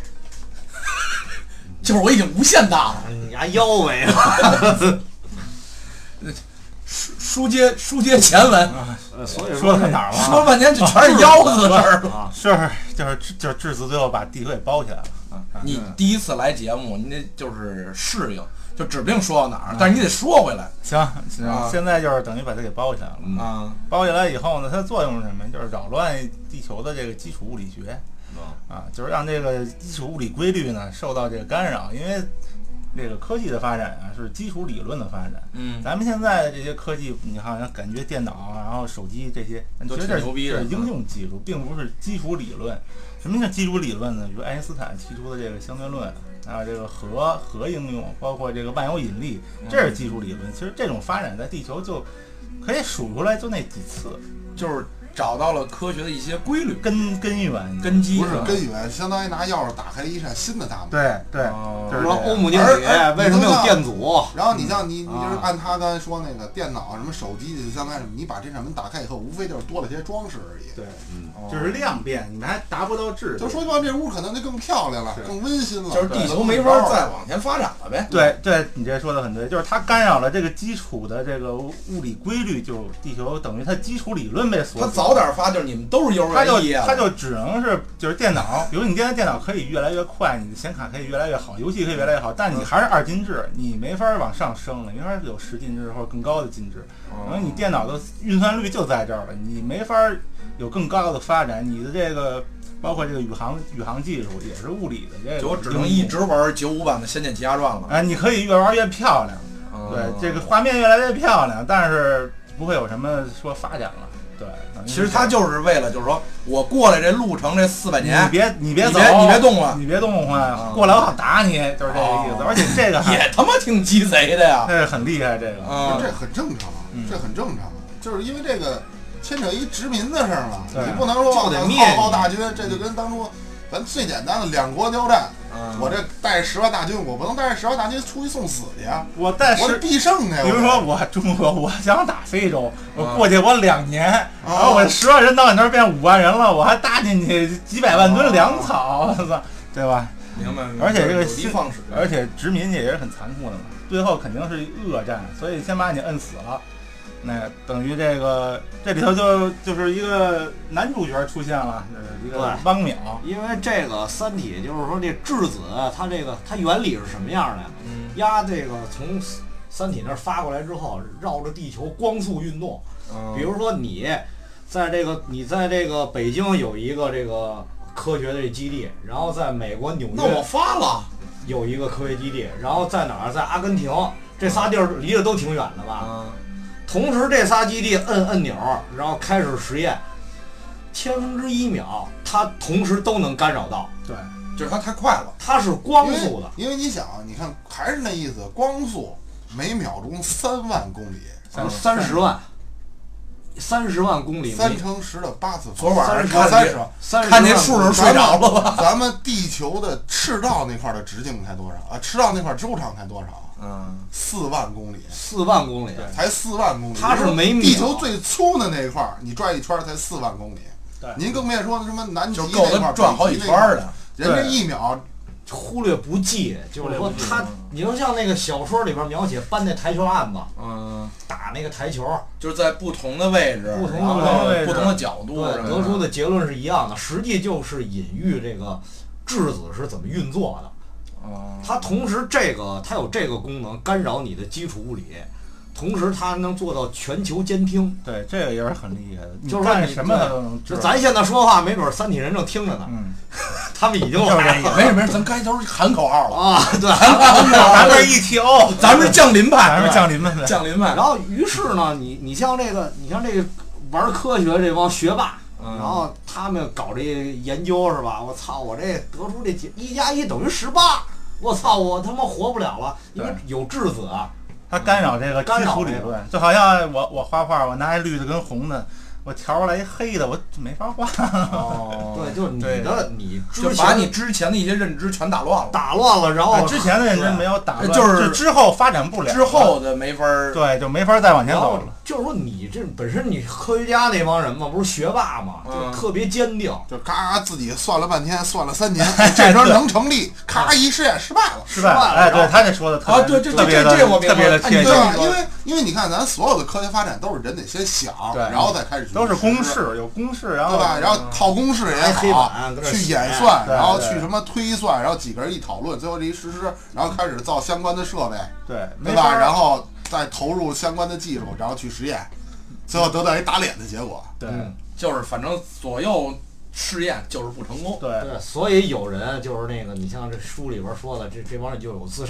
就是我已经无限大了。 你丫腰围了， 书书接书接前文， 呃所以说到哪儿了？ 说了半天就全是腰子的事儿了。 啊， 是就是就是质子最后把地球给包起来了。 你第一次来节目，你得就是适应，就指不定说到哪儿，但是你得说回来行行， 啊现在就是等于把它给包起来了。 嗯啊。 包起来以后呢，它的作用是什么？就是扰乱地球的这个基础物理学啊，就是让这个基础物理规律呢受到这个干扰。因为这个科技的发展啊，是基础理论的发展。 嗯， 咱们现在的这些科技，你好像感觉电脑，然后手机这些， 都其实这挺牛逼的是应用技术，并不是基础理论。什么叫基础理论呢？比如爱因斯坦提出的这个相对论，还有这个核核应用，包括这个万有引力，这是基础理论。其实这种发展在地球就可以数出来，就那几次， 就是找到了科学的一些规律、 根根源、 根基。 不是根源，相当于拿钥匙打开了一扇新的大门。 对对， 哦比如说就是这样欧姆定理而而为什么有电阻？ 然后你像你，你就是啊按他刚才说那个电脑什么手机，就相当于你把这扇门打开以后，无非就是多了些装饰而已。 对， 嗯， 就是量变，你们还达不到质。 就说句话，这屋可能就更漂亮了， 是更温馨了。 就是地球没法再往前发展了呗。 对对，你这说的很对，就是它干扰了这个基础的这个物理规律，就地球等于它基础理论被锁他死。 早点发，就是你们都是幼儿它就园毕业了， 它就只能是就是电脑，比如你现在电脑可以越来越快，你的显卡可以越来越好，游戏可以越来越好，但你还是二进制，你没法往上升了，没法有十进制或者更高的进制，因为你电脑的运算率就在这儿了，你没法有更高的发展，你的这个。包括这个宇航宇航技术也是物理的这个， 就我只能一直玩九五版的《仙剑奇侠传》了。 啊，你可以越玩越漂亮， 嗯对，这个画面越来越漂亮，但是不会有什么说发展了。对， 其实他就是为了，就是说我过来这路程这四百年， 你别你别走， 你别动了， 你别动换， 啊过来我好打你，就是这个意思。而且这个还也他妈挺鸡贼的呀。 这个很厉害，这个啊这很正常， 嗯这很正常，就是因为这个牵扯一殖民的事儿嘛， 对你不能说就得灭浩浩大军，这就跟当初咱最简单的两国交战， 嗯我这带十万大军，我不能带着十万大军出去送死去呀， 我但是。 我是必胜去。 比如说我中国，我想打非洲，我啊过去我两年，然后我十万人到你那儿变五万人了，我还搭进去几百万吨粮草，我操，对吧？ 明白明白。 而且这个有的放矢， 而且殖民也是很残酷的嘛，最后肯定是恶战，所以先把你摁死了。那等于这个这里头就就是一个男主角出现了，就是一个对汪淼。 因为这个《三体》就是说这质子它这个它原理是什么样的呀？ 嗯压这个从三体那儿发过来之后，绕着地球光速运动。 嗯比如说你在这个你在这个北京有一个这个科学的基地，然后在美国纽那我约发了， 有一个科学基地，然后在哪儿？在阿根廷，这仨地儿离得都挺远的吧？ 嗯同时这仨基地摁按钮，然后开始实验，千分之一秒，它同时都能干扰到， 对， 就是它太快了。 它是光速的。 因为你想，你看还是那意思，光速每秒钟三万公里， 三三十万，三十万公里， 三乘十的八次方。 昨晚上三看见三十万， 三十看见数就睡着了吧？ 咱们地球的赤道那块的直径才多少啊？赤道那块周长才多少？ 嗯， 四万公里， 四万公里， 才四万公里。 它是每秒地球最粗的那块儿，你转一圈才四万公里。 对您更别说什么南极就够那块儿， 它转好几圈儿的。 人这一秒忽略不计，就是说它，你就像那个小说里边描写搬那台球案子， 嗯， 打那个台球， 就是在不同的位置， 不同的然后位置不同的角度， 对， 什么得出的结论是一样的，实际就是隐喻这个质子是怎么运作的。 哦， 它同时这个它有这个功能，干扰你的基础物理，同时它能做到全球监听。 对，这个也是很厉害的，你就是说你干什么它都能知道。 就咱现在说话，没准三体人正听着呢， 嗯， 他们已经来了没事没事，咱们开头喊口号了， 啊，对。 咱们一提哦， 咱们是降临派， 咱们降临们的。 降临派。 然后于是呢，你你像这个，你像这个玩科学这帮学霸， 嗯然后他们搞这研究是吧？我操，我这得出这几一加一等于十八，我操，我他妈活不了了，因为有质子啊。 它干扰这个基础理论，就好像我我画画，我拿一绿的跟红的，我调出来一黑的，我没法画。 哦， 对，就是你的你之就前把你之前的一些认知全打乱了， 打乱了，然后啊之前的认真没有打乱， 就是之后发展不了， 之后的没法儿。 对就没法再往前然后走了。 就是说你这本身你科学家那帮人嘛，不是学霸嘛， 嗯就特别坚定。 就咔自己算了半天，算了三年，这招能成立，咔一试验失败了。 失败失败了哎，对然后他这说的特啊别对这特别的这这我明白特别的哎你贴近对，吧？ 说因为因为你看，咱所有的科学发展都是人得先想， 对然后再开始去都是公实施， 式，有公式，然后对吧？然后靠公式也拿黑好， 板搁那去写演算， 对然后对去什么推算，然后几个人一讨论，最后这一实施，然后开始造相关的设备， 对， 对吧？ 没法然后再投入相关的技术，然后去实验，最后得到一打脸的结果。 对嗯就是反正左右试验就是不成功。 对对，所以有人就是那个，你像这书里边说的，这这帮人就有自杀的，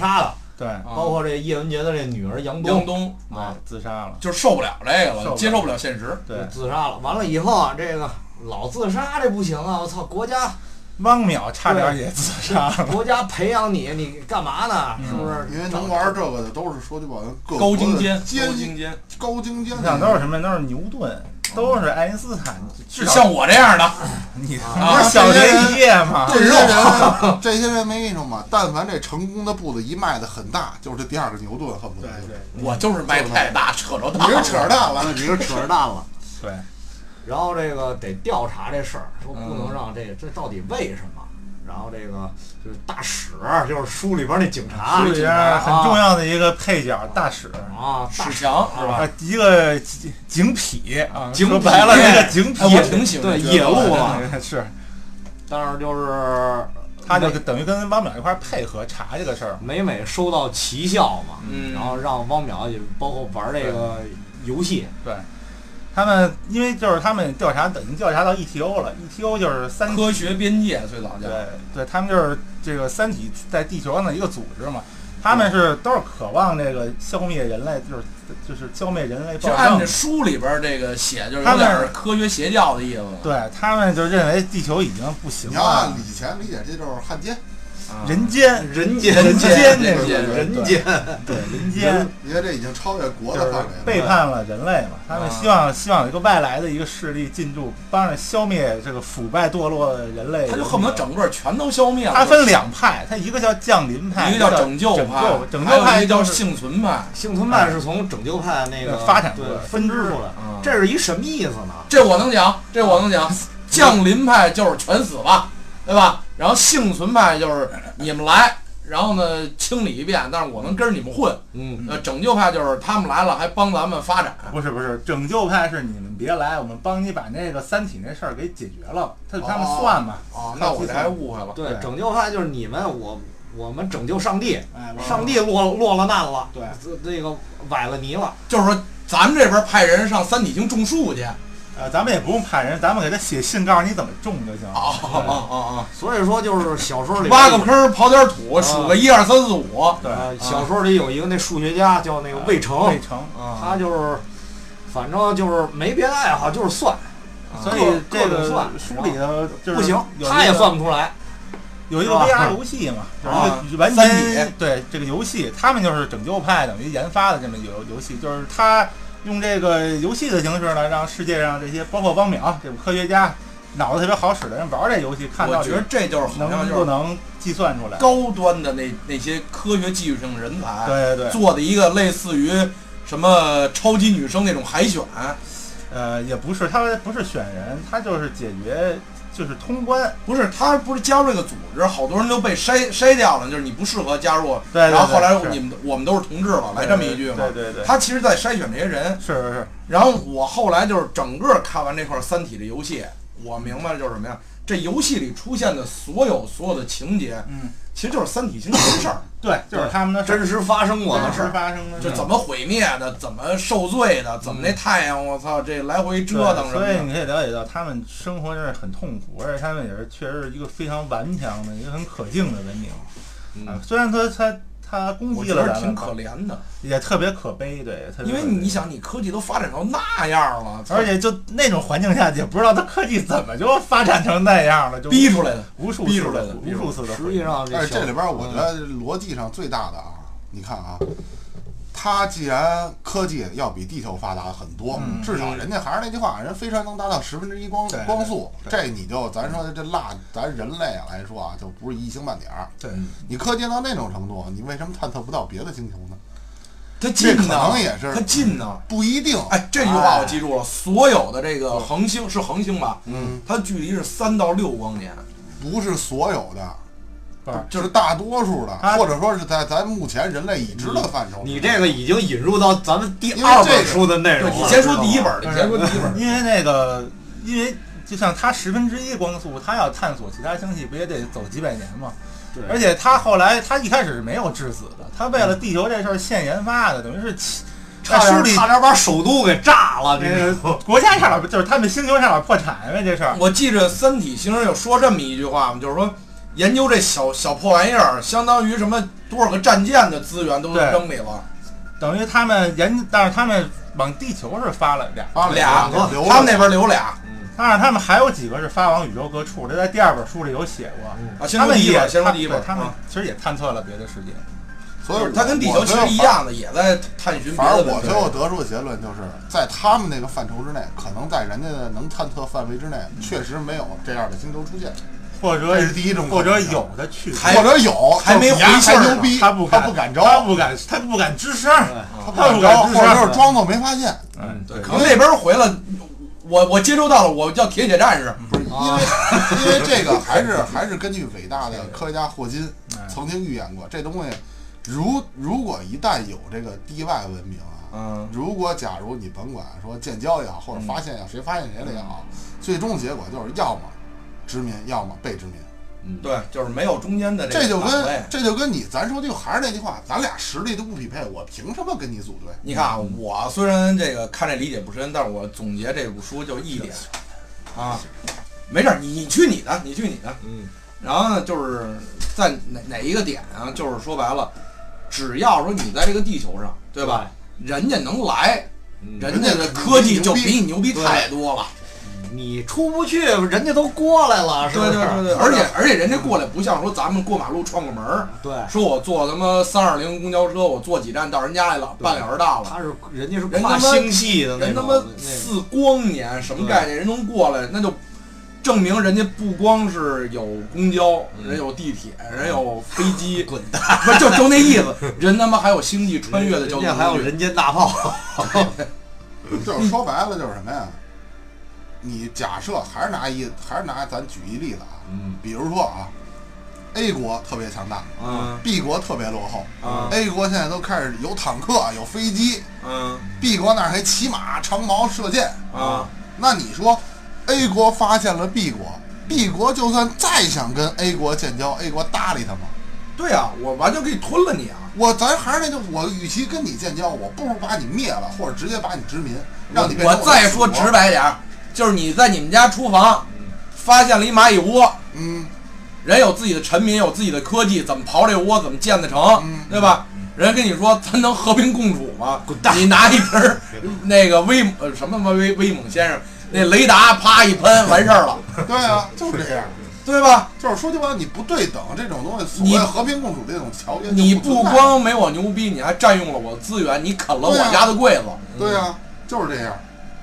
对， 包括这叶文洁的这女儿杨东杨东啊自杀了， 就是受不了这个了， 受不了接受不了现实。 对， 自杀了。完了以后啊，这个老自杀这不行啊！我操，国家汪淼差点也自杀了。 国家培养你，你干嘛呢？是不是？ 因为能玩这个的都是说句不好听，各高国的精尖， 尖高精尖， 高精尖。 你想都是什么？都是牛顿，都是爱因斯坦， 是像我这样的。 你啊不是小学一夜吗？ 这些人，这些人没跟你说嘛，但凡这成功的步子一迈的很大，就是这第二个牛顿，恨不得。 对对， 我就是迈太大，扯着你大了。 是扯着蛋了， 你是扯着蛋了。 对。 然后这个得调查这事儿，说不能嗯让这这到底为什么？然后这个就是大使，就是书里边那警察， 书里边很重要的一个配角，大使啊，大史强是吧？ 啊，一个警警痞啊， 警痞说白了，这个警哎，我痞挺喜欢对这个野路嘛。 是， 但是就是他就等于跟汪淼一块儿配合查这个事儿。 每每收到奇效嘛， 嗯然后让汪淼也包括玩这个游戏， 对，他们因为就是他们调查，等于调查到 E T O 了 ，E T O 就是三科学边界最早叫。 对对，他们就是这个三体在地球上的一个组织嘛，他们是都是渴望这个消灭人类，就是就是消灭人类暴就按政。 这书里边这个写，就是他们有点科学邪教的意思。 对他们就认为地球已经不行你要按了， 以前理解，这就是汉奸。 人间人间人间人这间个人间， 对人间。 因为这已经超越国就是的范围了。 背叛了人类嘛，他们希望希望有一个外来的一个势力进驻，帮着消灭这个腐败堕落的人类。 他就恨不得整个全都消灭了。 他分两派，他一个叫降临派， 一个叫拯救拯派， 救拯还有救派一个叫就是幸存派。 幸存派是从拯救派那个发展出来对分支出来， 嗯这是一什么意思呢？ 这我能讲，这我能讲。降临派就是全死吧，对吧？然后幸存派就是你们来，然后呢清理一遍，但是我能跟着你们混。 嗯， 呃，拯救派就是他们来了还帮咱们发展。 不是不是，拯救派是你们别来，我们帮你把那个三体那事儿给解决了，他他们算嘛。 哦，那我这还误会了。 对， 对拯救派就是你们我我们拯救上帝， 哎， 上帝落落了难了， 对， 这这个崴了泥了， 就是说咱们这边派人上三体星种树去。 呃，咱们也不用派人，咱们给他写信告诉你怎么种就行。 哦哦哦所以说就是小说哦， 里挖个坑刨点土，数个一二三四五。 对， 呃，小说里有一个那数学家叫那个魏成， 魏成， 他就是反正就是没别的爱好，就是算， 所以这个各种算书里头就是不行， 有他也一个算不出来。 有一个 V R 游戏嘛，就是一个完三全体对这个游戏，他们就是拯救派等于研发的这么一个游戏，就是他用这个游戏的形式呢，让世界上这些包括汪淼这种科学家脑子特别好使的人玩这游戏，看到我觉得这就是好像能就是不能计算出来。 高端的那那些科学技术性人才， 对对对， 做的一个类似于什么超级女生那种海选。 呃，也不是，他不是选人，他就是解决，就是通关。 不是他不是加入这个组织，好多人都被筛筛掉了，就是你不适合加入。 对对对然后后来是你们我们都是同志了，来这么一句嘛。 对对对， 他其实在筛选这些人。 是是是， 然后我后来就是整个看完这块《三体》的游戏，我明白了就是什么呀？这游戏里出现的所有所有的情节， 嗯， 其实就是三体星球的事儿， 对，就是他们的事儿真实发生过的真实事儿， 发生的事儿， 就怎么毁灭的，怎么受罪的，怎么那太阳我操这来回折腾什么的。 对所以你可以了解到他们生活真是很痛苦，而且他们也是确实是一个非常顽强的一个很可敬的文明。 嗯啊，虽然说他他攻我击了咱们， 觉得挺可怜的， 也特别可悲，对，特别因为可悲你想，你科技都发展到那样了， 而且就那种环境下，也不知道他科技怎么就发展成那样了，就逼出来的。 无数逼出来次的无的逼出来数次的毁灭。 实际上哎， 小这里边我觉得逻辑上最大的啊，你看啊，它既然科技要比地球发达很多， 嗯至少人家还是那句话，人飞船能达到十分之一光对光速， 对这你就咱说的这落咱人类来说啊，就不是一星半点儿。 对， 你科技到那种程度，你为什么探测不到别的星球呢？ 它这可近呢能，也是它近呢。 不一定。 哎，这句话我记住了。所有的这个恒星是恒星吧？ 嗯， 它距离是三到六光年。 不是所有的， 不是就是大多数的， 它或者说是在咱目前人类已知的范畴。 你这个已经引入到咱们第因为二本这个书的内容了。 对，你先说第一本， 知道吗你先说第一本。 因为那个，因为就像它十分之一光速，它要探索其他星系，不也得走几百年吗？ 对而且他后来，他一开始是没有致死的，他为了地球这事儿现研发的，等于是起在差点书里差点把首都给炸了， 那个这个国家差点就是他们星球差点破产呗，这事儿。 我记着《三体》星人有说这么一句话嘛，就是说研究这小小破玩意儿，相当于什么多少个战舰的资源都扔里了。 等于他们研，但是他们往地球是发了俩， 发了俩个， 他们那边留俩。 当然，他们还有几个是发往宇宙各处，这在第二本书里有写过。 啊，先说第一本，先说第一本， 他们其实也探测了别的世界， 所以它跟地球其实一样的，也在探寻别的。 反正我最后得出的结论就是在他们那个范畴之内，可能在人家的能探测范围之内，确实没有这样的星球出现， 或者这是第一种， 或者有的去， 或者有还没回信儿，牛逼， 他不敢， 他不敢招， 他不敢，他不敢吱声， 他不敢招，或者就是装作没发现。 嗯，对，可能那边回了。我我接收到了，我叫铁血战士， 不是因为因为这个还是还是根据伟大的科学家霍金曾经预言过，这东西如如果一旦有这个地外文明啊， 嗯， 如果假如你甭管说建交也好，或者发现也好，谁发现谁了也好，最终结果就是要么殖民，要么被殖民。 嗯，对，就是没有中间的这个。 这就跟这就跟你咱说就还是那句话，咱俩实力都不匹配，我凭什么跟你组队？ 你看啊，我虽然这个看这理解不深，但是我总结这部书就一点啊，没事儿，你你去你的，你去你的，嗯。然后呢，就是在哪哪一个点啊？就是说白了，只要说你在这个地球上，对吧？人家能来，人家的科技就比你牛逼太多了。 你出不去，人家都过来了，是不是？ 对对对对，而且而且人家过来不像说咱们过马路串个门儿， 对， 说我坐他妈三二零公交车，我坐几站到人家来了，半个小时到了。 他是人家是跨星系的那种， 人他妈四光年什么概念？人能过来，那就证明人家不光是有公交，人有地铁，人有飞机， 滚蛋！ 不就就那意思，人他妈还有星际穿越的交通工具， 还有人间大炮。 就是说白了就是什么呀？你假设还是拿一还是拿咱举一例子啊，嗯，比如说啊 ，A 国特别强大，嗯 ，B 国特别落后，嗯 ，A 国现在都开始有坦克、有飞机，嗯 ，B 国那儿还骑马、长矛、射箭，啊、嗯，那你说 A 国发现了 B 国 ，B 国就算再想跟 A 国建交 ，A 国搭理他吗？ 对啊，我完全可以吞了你啊！ 我咱还是那句，我与其跟你建交，我不如把你灭了，或者直接把你殖民，让你变成我。 我再说直白点儿。就是你在你们家厨房发现了一蚂蚁窝，嗯，人有自己的臣民，有自己的科技，怎么刨这窝，怎么建得成，嗯、对吧？人跟你说，咱能和平共处吗？滚蛋！你拿一瓶那个威呃什么什么威威猛先生那雷达，啪一喷，完事儿了。 对啊，就是这样， 对吧？ 就是说句白了，你不对等这种东西，所谓和平共处这种条件， 你不光没我牛逼，你还占用了我资源，你啃了我家的柜子。 对啊，就是这样。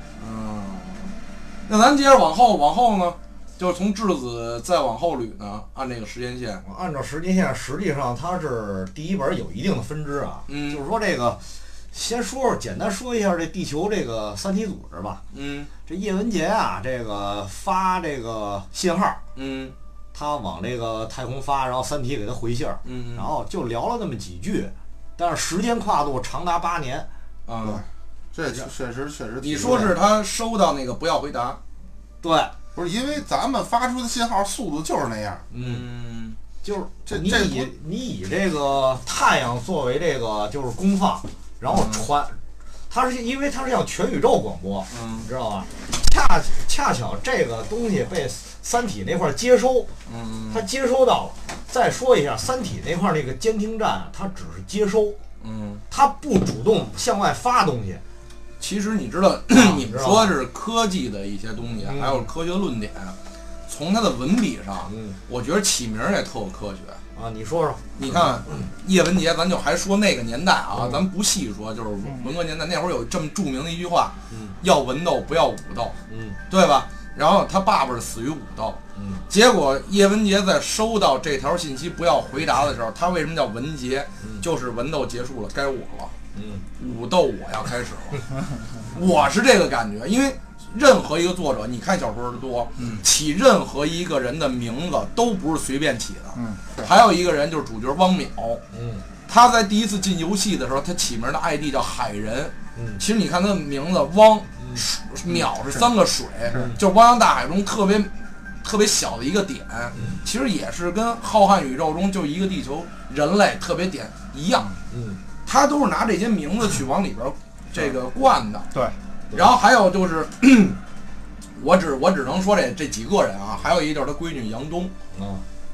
那咱接着往后，往后呢，就是从质子再往后捋呢，按这个时间线。 按照时间线，实际上它是第一本有一定的分支啊。 嗯， 就是说这个，先说说简单说一下这地球这个三体组织吧。 嗯， 这叶文洁啊，这个发这个信号， 嗯， 他往这个太空发，然后三体给他回信儿， 嗯， 然后就聊了那么几句，但是时间跨度长达八年。 啊、 嗯。这确实确实， 你说是他收到那个不要回答， 对， 不是因为咱们发出的信号速度就是那样， 嗯， 就是这你以你以这个太阳作为这个就是功放，然后传，嗯、它是因为它是向全宇宙广播， 嗯， 你知道吧？恰恰巧这个东西被三体那块接收， 嗯， 它接收到了。再说一下，三体那块那个监听站，它只是接收， 嗯， 它不主动向外发东西。 其实你知道，啊、你们说的是科技的一些东西，嗯、还有科学论点，从它的文笔上，嗯，我觉得起名也特有科学啊。你说说， 你看、嗯、叶文洁，咱就还说那个年代啊，嗯、咱不细说，就是文革年代那会儿有这么著名的一句话，嗯，要文斗不要武斗， 嗯， 对吧？然后他爸爸是死于武斗，嗯，结果叶文洁在收到这条信息不要回答的时候，他为什么叫文洁？嗯、就是文斗结束了，该我了。 嗯， 武斗我要开始了，我是这个感觉，因为任何一个作者，你看小说的多，嗯，起任何一个人的名字都不是随便起的， 嗯，还有一个人就是主角汪淼， 嗯， 他在第一次进游戏的时候，他起名的 I D 叫海人， 嗯， 其实你看他的名字汪， 嗯、 淼是三个水，就是汪洋大海中特别特别小的一个点， 嗯、 其实也是跟浩瀚宇宙中就一个地球人类特别点一样， 嗯。 他都是拿这些名字去往里边这个灌的， 对。 然后还有就是，我只我只能说这这几个人啊，还有一就是他闺女杨东， 嗯，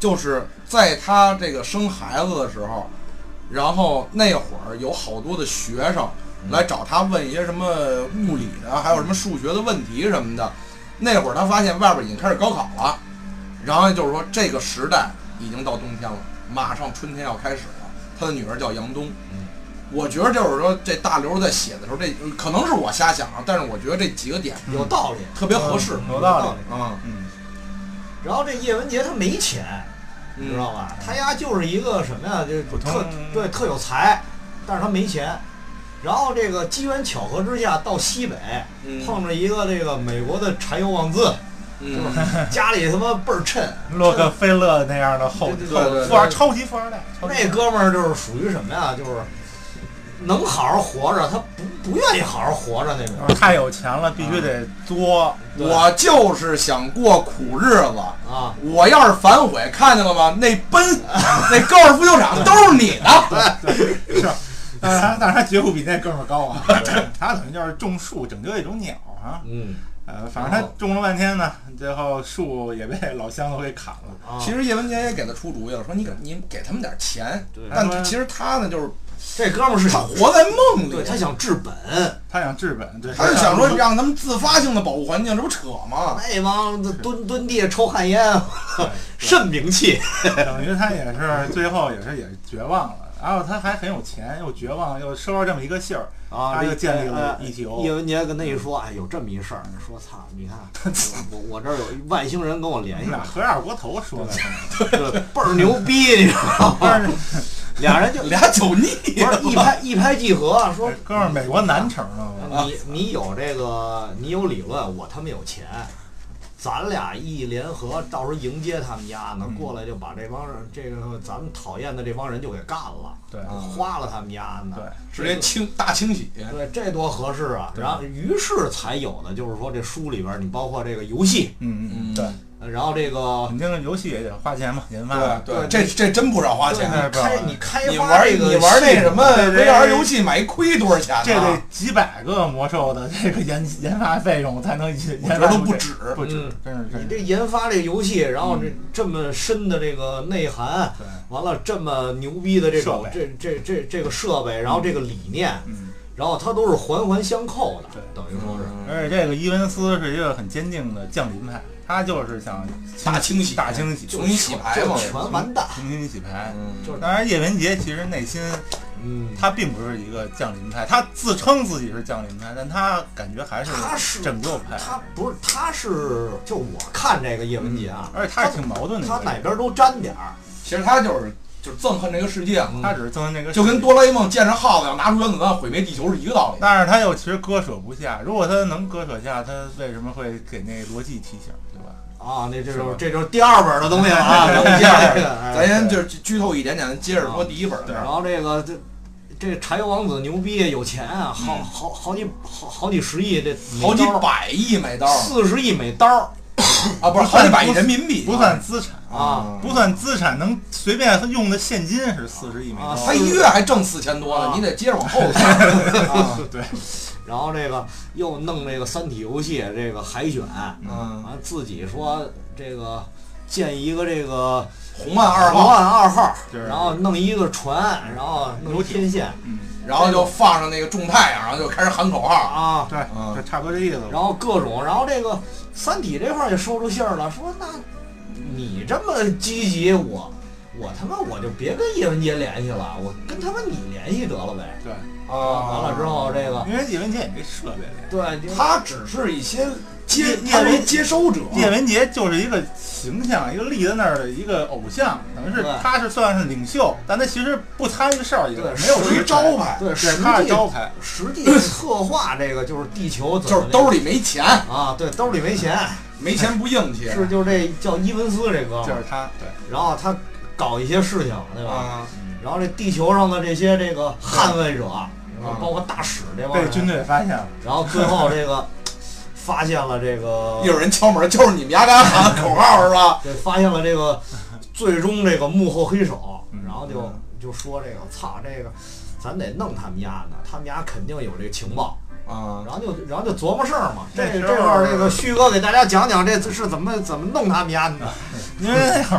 就是在他这个生孩子的时候，然后那会儿有好多的学生来找他问一些什么物理的，还有什么数学的问题什么的。那会儿他发现外边已经开始高考了，然后就是说这个时代已经到冬天了，马上春天要开始了。他的女儿叫杨冬。我觉得就是说，这大刘在写的时候，这可能是我瞎想啊，但是我觉得这几个点有道理， 特别合适， 有道理啊。 嗯。 然后这叶文洁他没钱，你知道吧？他家就是一个什么呀？就是特对特有才，但是他没钱。然后这个机缘巧合之下到西北，碰着一个这个美国的柴油王子。 嗯， 家里他妈倍儿趁， 洛克菲勒那样的后后富二超级富二代。 那哥们儿就是属于什么呀？就是能好好活着，他不不愿意好好活着那种。 太有钱了，必须得作。 我就是想过苦日子啊！ 我要是反悔，看见了吗？那奔那高尔夫球场都是你的。 对，是。但是他但是他觉悟比那哥们儿高啊。他可能就是种树拯救一种鸟啊。 嗯。 呃，反正他种了半天呢，最后树也被老乡都给砍了。 啊、 其实叶文洁也给他出主意了，说你给你给他们点钱，但其实他呢就是这哥们儿是他活在梦里， 对他想治本， 他想治本，对， 他就想说让他们自发性的保护环境，这不扯吗？ 那帮蹲蹲地抽旱烟，肾名气， 等于他也是最后也是也绝望了。然后他还很有钱，又绝望，又收着这么一个信儿， 啊， 他就建立了 E T O。 叶文洁跟他一说，哎，有这么一事儿，说操，你看我我这儿有外星人跟我联系了， 合二锅头说的， 倍儿牛逼，你知道吗？俩人就俩酒腻， 不是一拍一拍即合，说哥们儿，美国南城呢， 你你有这个，你有理论，我他妈有钱。咱俩一联合，到时候迎接他们家呢，过来就把这帮人，这个咱们讨厌的这帮人就给干了， 对， 花了他们家呢， 对， 直接清大清洗， 对，这多合适啊！然后于是才有的就是说这书里边，你包括这个游戏， 嗯嗯，对。 然后这个你这个游戏也得花钱嘛，研发。 对对，这这真不少花钱。 你开你开你玩这个你玩那什么 V R 游戏买一亏多少钱？ 这得几百个魔兽的这个研研发费用才能研发都不止， 不止，真是真是。 你这研发这个游戏，然后这这么深的这个内涵，完了这么牛逼的这种这这这这个设备，然后这个理念，然后它都是环环相扣的，等于说是。 而且这个伊文斯是一个很坚定的降临派。他就是想大清洗， 大清洗， 重新洗牌嘛， 全完蛋， 重新洗牌。 嗯，就是当然，叶文洁其实内心，嗯，他并不是一个降临派，他自称自己是降临派，但他感觉还是拯救派。 他不是，他是就我看这个叶文洁啊， 嗯、而且他是挺矛盾的， 他哪边都沾点儿。 其实他就是就是憎恨这个世界嘛， 他只是憎恨这个世界， 就跟哆啦 A 梦见着耗子要拿出原子弹毁灭地球是一个道理。 但是他又其实割舍不下，如果他能割舍下，他为什么会给那罗辑提醒，对吧？ 啊，那这就是这就是第二本的东西了啊！咱接着， 咱先就是剧透一点点，接着说第一本。 然后这个这这柴油王子牛逼，有钱啊，好好好几好好几十亿，这好几百亿美刀， 四十亿美刀啊，不是好几百亿人民币， 不算资产啊， 不算资产，能随便用的现金是四十亿美刀， 他一月还挣四千多呢，你得接着往后看。 对。 然后这个又弄这个三体游戏这个海选， 嗯， 完自己说这个建一个这个红岸二号， 红岸二号，然后弄一个船，然后弄天线， 嗯， 然后就放上那个种太阳，然后就开始喊口号啊， 对，就差不多这意思。 然后各种，然后这个三体这块也收出信儿了，说那你这么积极，我我他妈我就别跟叶文洁联系了，我跟他妈你联系得了呗。 对。 啊，完了之后这个， 因为叶文洁也没设备连， 对， 他只是一些接叶文接收者， 叶文洁就是一个形象，一个立在那儿的一个偶像，等于是他是算是领袖，但他其实不参与事儿，也没有谁招牌， 对，实际招牌， 实际策划这个就是地球， 就是兜里没钱啊，对，兜里没钱， 没钱不硬气， 是就是这叫伊文斯这个， 就是他，对， 然后他搞一些事情，对吧？然后这地球上的这些这个捍卫者。包括大使这帮人被军队发现了， 然后最后这个发现了这个有人敲门，就是你们家敢喊口号是吧？ 对，发现了这个最终这个幕后黑手，然后就就说这个操这个，咱得弄他们家呢，他们家肯定有这个情报啊， 然后就然后就琢磨事儿嘛。这这会儿这个旭哥给大家讲讲这是怎么怎么弄他们家的， 因为那会儿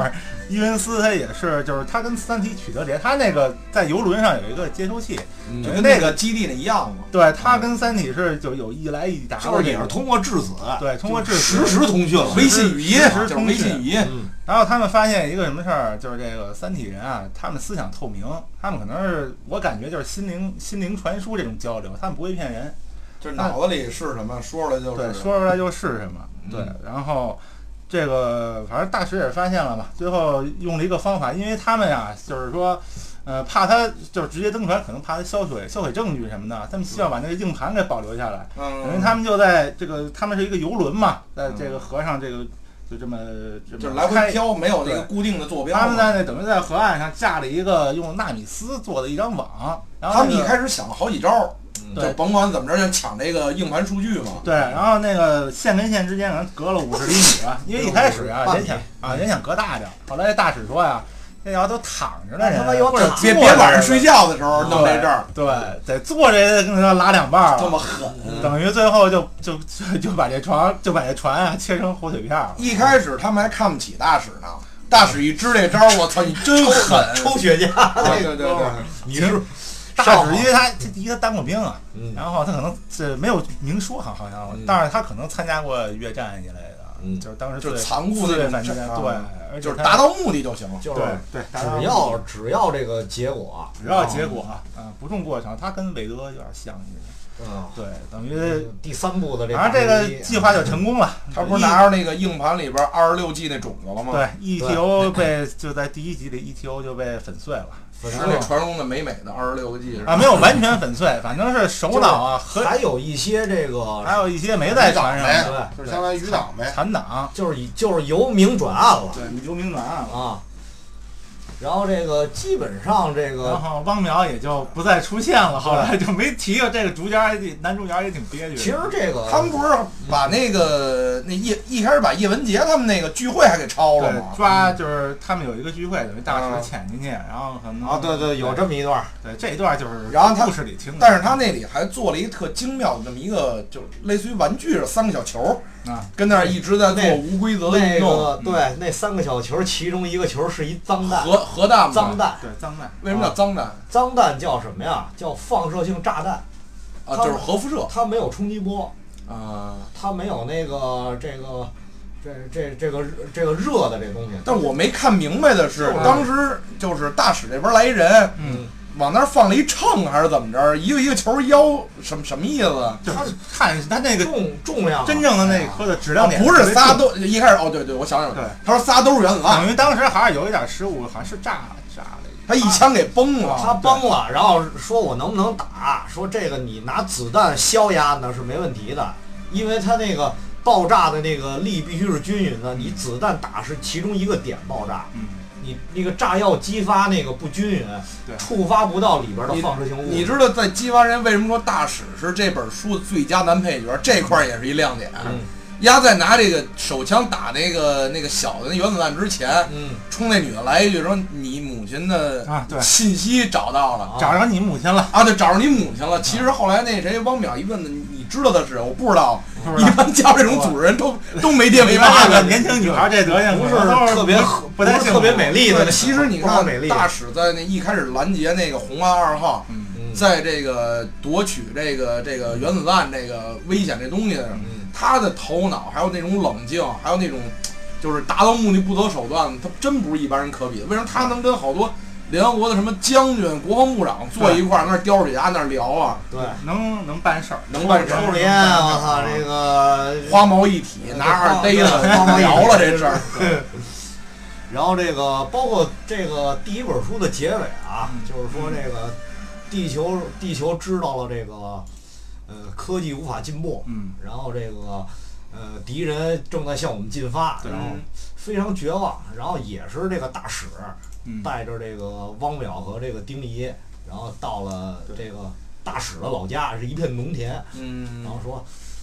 伊文斯他也是，就是他跟三体取得联，他那个在游轮上有一个接收器， 嗯就跟那个基地那一样嘛。 对他跟三体是就有一来一答， 就是也是通过质子， 对，通过质实时通讯了， 微信语音，就是实时通讯微信语音。 嗯然后他们发现一个什么事儿，就是这个三体人啊，他们思想透明，他们可能是我感觉就是心灵心灵传输这种交流，他们不会骗人， 就是脑子里是什么，说出来就是。 对，说出来就是什么。对， 嗯然后这个反正大使也发现了嘛，最后用了一个方法，因为他们呀，就是说。呃，怕他就是直接登船，可能怕他销毁销毁证据什么的，他们希望把那个硬盘给保留下来。 嗯， 因为他们就在这个，他们是一个游轮嘛，在这个河上，这个就这么这么就是来回飘，没有那个固定的坐标。 他们在那等于在河岸上架了一个用纳米丝做的一张网，然后、 他们一开始想了好几招， 嗯就甭管怎么着，想抢这个硬盘数据嘛。 对，然后那个线跟线之间可能隔了五十厘米吧，因为一开始啊人想啊人想隔大点，后来大使说呀。这要都躺着的人， 他妈有躺别别晚上睡觉的时候弄这阵儿， 对，得坐着跟他拉两半儿， 这么狠， 等于最后就就就就把这床就把这船啊切成火腿片儿。 一开始他们还看不起大使呢，大使一支这招，我操，你真狠， 抽雪茄， 对对对对， 你是大使，因为他第一他当过兵啊， 嗯、 然后他可能是没有明说好好像， 嗯、 但是他可能参加过越战一类的。 嗯， 就是当时就是残酷的反击， 对， 而就是达到目的就行， 就是对， 只要只要这个结果， 只要结果啊，不重过程，他跟韦德有点像似的， 嗯， 对，等于第三部的这， 反正这个计划就成功了， 他不是拿着那个硬盘里边二十六 G 那种子了吗？ 对 ，E T O 被就在第一集里 E T O 就被粉碎了。 是那传说中的美美的二十六个 G 啊，没有完全粉碎，反正是首脑啊， 还有一些这个， 还有一些没在船上， 对，就是相当于余党呗， 残党， 就是以就是由明转暗了， 对，由明转暗了啊。然后这个基本上这个， 然后汪淼也就不再出现了，后来就没提过这个主角，男主角也挺憋屈。 其实这个他们不是把那个那叶一开始把叶文洁他们那个聚会还给抄了吗？ 抓就是他们有一个聚会，等于大使潜进去，然后可能啊，对对，有这么一段， 对这一段就是然后他故事里听的， 但是他那里还做了一个特精妙的这么一个，就类似于玩具的三个小球啊， 跟那儿一直在做无规则的运动。 那个对，那三个小球，其中一个球是一脏弹， 核核弹， 脏弹， 对脏弹。 为什么叫脏弹？ 脏弹叫什么呀？叫放射性炸弹。 啊，就是核辐射。 它没有冲击波。 啊。 它没有那个这个。这这这个这个热的这东西， 但我没看明白的是，当时就是大使这边来一人， 嗯， 往那儿放了一秤还是怎么着，一个一个球腰，什么什么意思？ 就是看他那个重重量， 真正的那颗的质量点不是仨都一开始哦，对对，我想想， 对， 他说仨都是原子弹， 等于当时还是有一点失误，好像是炸炸了， 他一枪给崩了， 他崩了，然后说我能不能打？说这个你拿子弹消压那是没问题的，因为他那个。爆炸的那个力必须是均匀的，你子弹打是其中一个点爆炸， 嗯， 你那个炸药激发那个不均匀， 对， 触发不到里边的放射性物质。 你知道在激发人为什么说大使是这本书的最佳男配角？这块也是一亮点。 嗯， 丫在拿这个手枪打那个那个小的那原子弹之前， 嗯， 冲那女的来一句说：“你母亲的信息找到了， 啊、 找着你母亲了啊，对，找着你母亲了。”其实后来那谁汪淼一问呢，你知道的是，我不知道。一般叫这种组织人都都没爹没妈的， 年轻女孩这德行不是特别不太特别美丽的。 其实你看，大使在那一开始拦截那个红安二号， 嗯， 在这个夺取这个这个原子弹这个危险这东西的时候，他的头脑还有那种冷静，还有那种就是达到目的不择手段，他真不是一般人可比的。为什么他能跟好多联合国的什么将军、国防部长坐一块儿，那儿叼着牙那儿聊啊？ 对， 能能办事儿， 能办事儿。 抽着烟，我操，这个花毛一体，拿二逮子聊了这事儿。 然后这个包括这个第一本书的结尾啊，就是说这个地球地球知道了这个呃科技无法进步， 嗯， 然后这个呃敌人正在向我们进发，然后非常绝望，然后也是这个大使。带着这个汪淼和这个丁仪，然后到了这个大使的老家，是一片农田。 嗯， 然后说，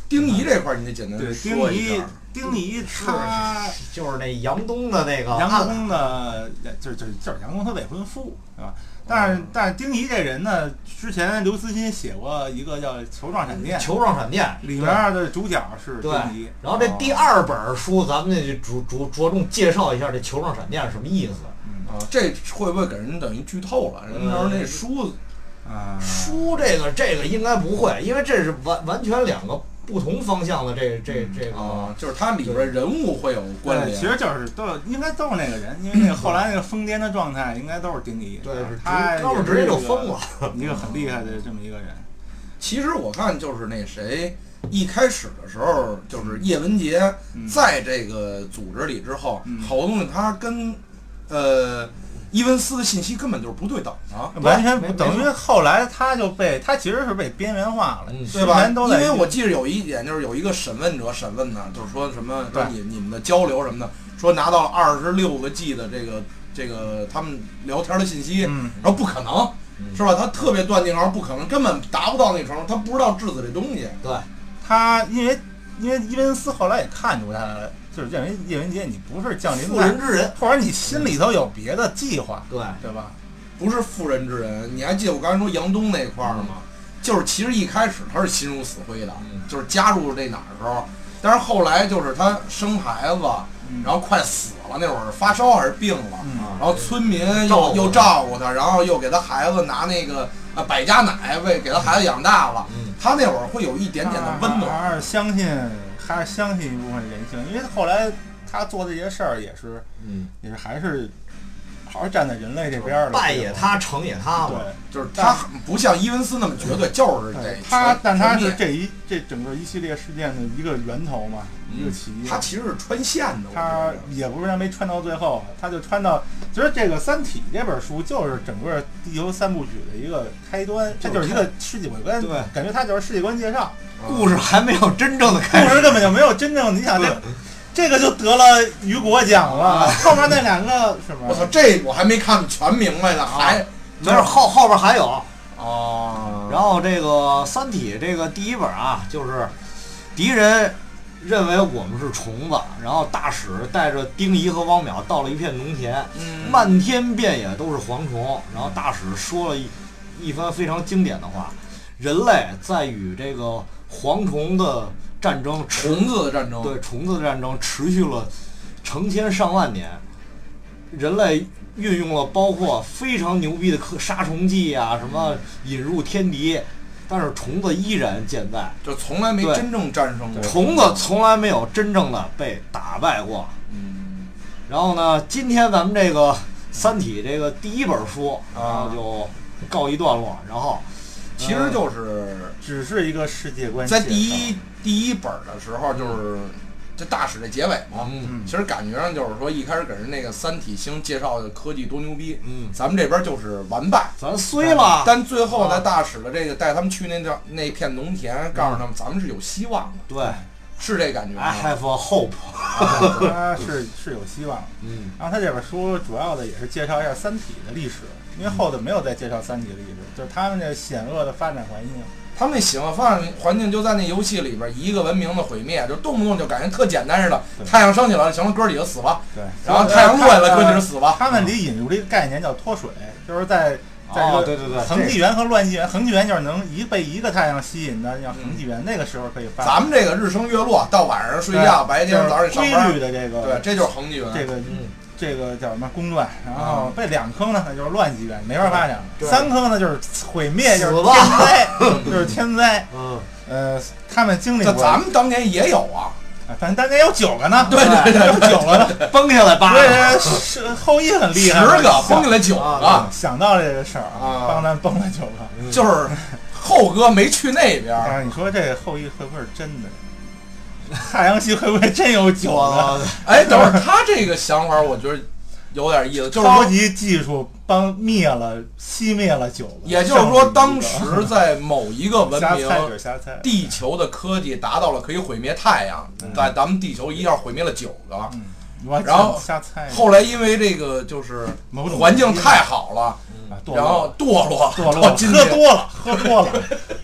丁仪这块儿你得简单对， 说一下。 丁仪他就是那杨东的那个杨东的，就是就是就是杨东他未婚夫，是吧？但是但是丁仪这人呢，之前刘慈欣写过一个叫《球状闪电》， 球状闪电里面的主角是丁仪。 然后这第二本书，咱们就着着着重介绍一下这球状闪电是什么意思。 啊，这会不会给人等于剧透了？人到时候那书， 啊， 书这个这个应该不会，因为这是完完全两个不同方向的这这这个， 啊，就是它里边人物会有关联。 其实就是都应该都是那个人，因为那个后来那个疯癫的状态应该都是丁仪。 对， 他要是直接就疯了， 一个很厉害的这么一个人。 其实我看就是那谁，一开始的时候就是叶文洁在这个组织里之后， 嗯、 好多东西他跟呃伊文斯的信息根本就是不对等的， 完全不等于后来他就被他其实是被边缘化了， 嗯、 对吧？ 因因为我记得有一点就是有一个审问者审问呢，就是说什么说你你们的交流什么的，说拿到二十六个 G 的这个这个他们聊天的信息， 嗯、 然后不可能。是吧？他特别断定，而不可能，根本达不到那程度，他不知道质子这东西。 对， 他因为因为伊文斯后来也看出他，就是认为叶文洁你不是降临妇人之人， 或者你心里头有别的计划， 对对吧？ 不是妇人之人。你还记得我刚才说杨东那块儿吗？嗯、就是其实一开始他是心如死灰的， 嗯、 就是加入这哪儿的时候，但是后来就是他生孩子， 嗯、 然后快死了，那会儿发烧还是病了， 嗯、 然后村民又又照顾他，然后又给他孩子拿那个啊百家奶喂，给他孩子养大了。 嗯、 他那会儿会有一点点的温暖， 还是相信，还是相信一部分人性，因为后来他做这些事儿也是， 嗯， 也是还是。好好站在人类这边的， 败也他，成也他嘛。 对，就是他不像伊文斯那么绝对，就是得他，但他是这一这整个一系列事件的一个源头嘛， 嗯、 一个起因。 他其实是穿线的， 他也不是他没穿到最后，他就穿到。其实这个《三体》这本书就是整个地球三部曲的一个开端，它就是一个世界观， 对， 感觉它就是世界观介绍。 故事还没有真正的开始， 故事根本就没有真正，你想这。这个就得了雨果奖了，后面那两个是吧？ 我操，这我还没看全明白呢，还没事，后后边还有哦。 然后这个《三体》这个第一本啊，就是敌人认为我们是虫子，然后大使带着丁仪和汪淼到了一片农田， 嗯、 漫天遍野都是蝗虫，然后大使说了一一番非常经典的话：人类在与这个蝗虫的战争， 虫子的战争， 对虫子的战争持续了成千上万年。人类运用了包括非常牛逼的科杀虫剂啊，什么引入天敌，但是虫子依然健在， 就从来没真正战胜过。 虫子从来没有真正的被打败过。 嗯。 然后呢，今天咱们这个《三体》这个第一本书，然后就告一段落。然后， 其实就是只是一个世界观。 在第一。第一本的时候就是这大使这结尾嘛， 嗯， 其实感觉上就是说一开始给人那个三体星介绍的科技多牛逼， 嗯， 咱们这边就是完败， 咱衰了， 但最后在大使的这个带他们去那叫那片农田，告诉他们咱们是有希望的， 对， 是这感觉。 I have a hope， 他是是有希望， 嗯， 然后他这本书主要的也是介绍一下三体的历史，因为后头没有再介绍三体的历史，就是他们这险恶的发展环境。 他们那喜欢发展环境就在那游戏里边，一个文明的毁灭，就动不动就感觉特简单似的。太阳升起来了，行了，哥几个死吧。 对。 然后太阳落下了，哥几个死吧。 他们里引入了一个概念叫脱水，就是在在这个对对对恒纪元和乱纪元，恒纪元就是能一被一个太阳吸引的，叫恒纪元，那个时候可以发。 咱们这个日升月落，到晚上睡觉，白天早上上班。 规律的这个。 对，这就是恒纪元。 这个嗯。这个叫什么公转，然后被两坑呢，那就是乱纪元，没法发展了。三坑呢就是毁灭，就是天灾，就是天灾。 嗯， 呃，他们经历过。 咱们当年也有啊， 咱当年有九个呢。 对对对， 有九个呢， 崩下来八个。 对，是后羿很厉害， 十个崩下来九个。 想到这个事儿啊，帮咱崩了九个。 就是后哥没去那边。 啊，你说这后羿会不会是真的？太阳系会不会真有九个？ 哎，等会儿他这个想法，我觉得有点意思，就是超级技术帮灭了、熄灭了九个。 也就是说，当时在某一个文明，地球的科技达到了可以毁灭太阳，在咱们地球一下毁灭了九个。然后后来因为这个就是环境太好了。然后堕落， 堕落，喝多了，喝多了，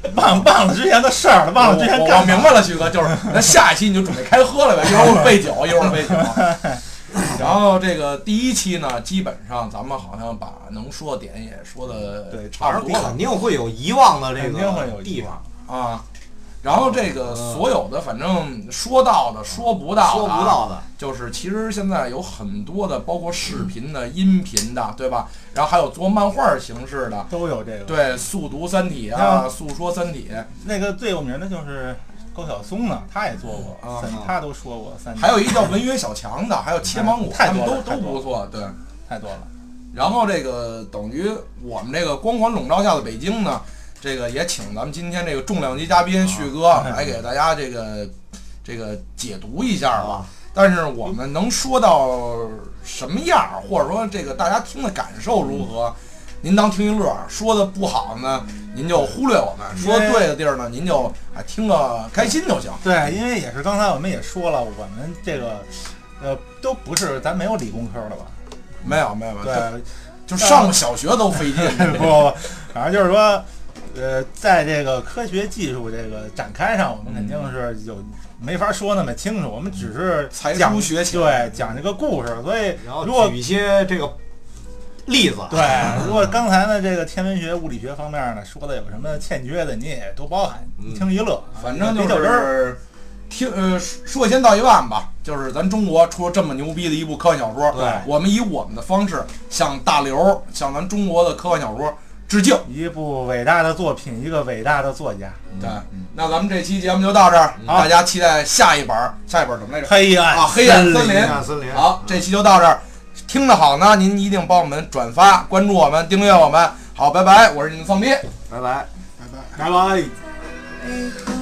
忘忘了之前的事儿了，忘了之前我干嘛。 我明白了，徐哥，就是那下一期你就准备开喝了呗，一会儿我备酒，一会儿我备酒。然后这个第一期呢，基本上咱们好像把能说的点也说的对差不多了肯定会有遗忘的这肯定会有个地方。 啊。然后这个所有的，反正说到的、说不到的、 说不到的， 就是其实现在有很多的，包括视频的、音频的，对吧？然后还有做漫画形式的， 都有这个。 对，速读《三体》啊，诉说《三体》。 那个最有名的就是高晓松呢，他也做过， 啊三他都说过三体。 还有一个叫文学小强的，还有切芒果， 太他们都多了太多了都不错，对。 太多了。 然后这个等于我们这个光环笼罩下的北京呢，这个也请咱们今天这个重量级嘉宾旭哥来给大家这个这个解读一下吧。但是我们能说到什么样，或者说这个大家听的感受如何，您当听一乐，说的不好呢，您就忽略我们；说对的地儿呢，您就啊听个开心就行。 对，因为也是刚才我们也说了，我们这个呃都不是，咱没有理工科的吧？ 没有没有没有， 对， 就上小学都费劲。 不不，反正就是说，呃，在这个科学技术这个展开上，我们肯定是有没法说那么清楚，我们只是才讲疏学浅， 对，讲这个故事，所以然后如果举一些这个例子， 对，如果刚才呢这个天文学、物理学方面呢说的有什么欠缺的，你也多包涵，一听一乐， 反正就比较真儿。 是听呃说先到一半吧，就是咱中国出了这么牛逼的一部科幻小说， 对我们以我们的方式向大刘，向咱中国的科幻小说致敬。 一部伟大的作品，一个伟大的作家。 对，那咱们这期节目就到这儿，大家期待下一本，下一本什么来着？ 黑暗啊，黑暗森林。 黑暗森林。 好，这期就到这儿。听得好呢，您一定帮我们转发、关注我们、订阅我们。好，拜拜，我是你们丧逼， 拜拜， 拜拜。 拜拜。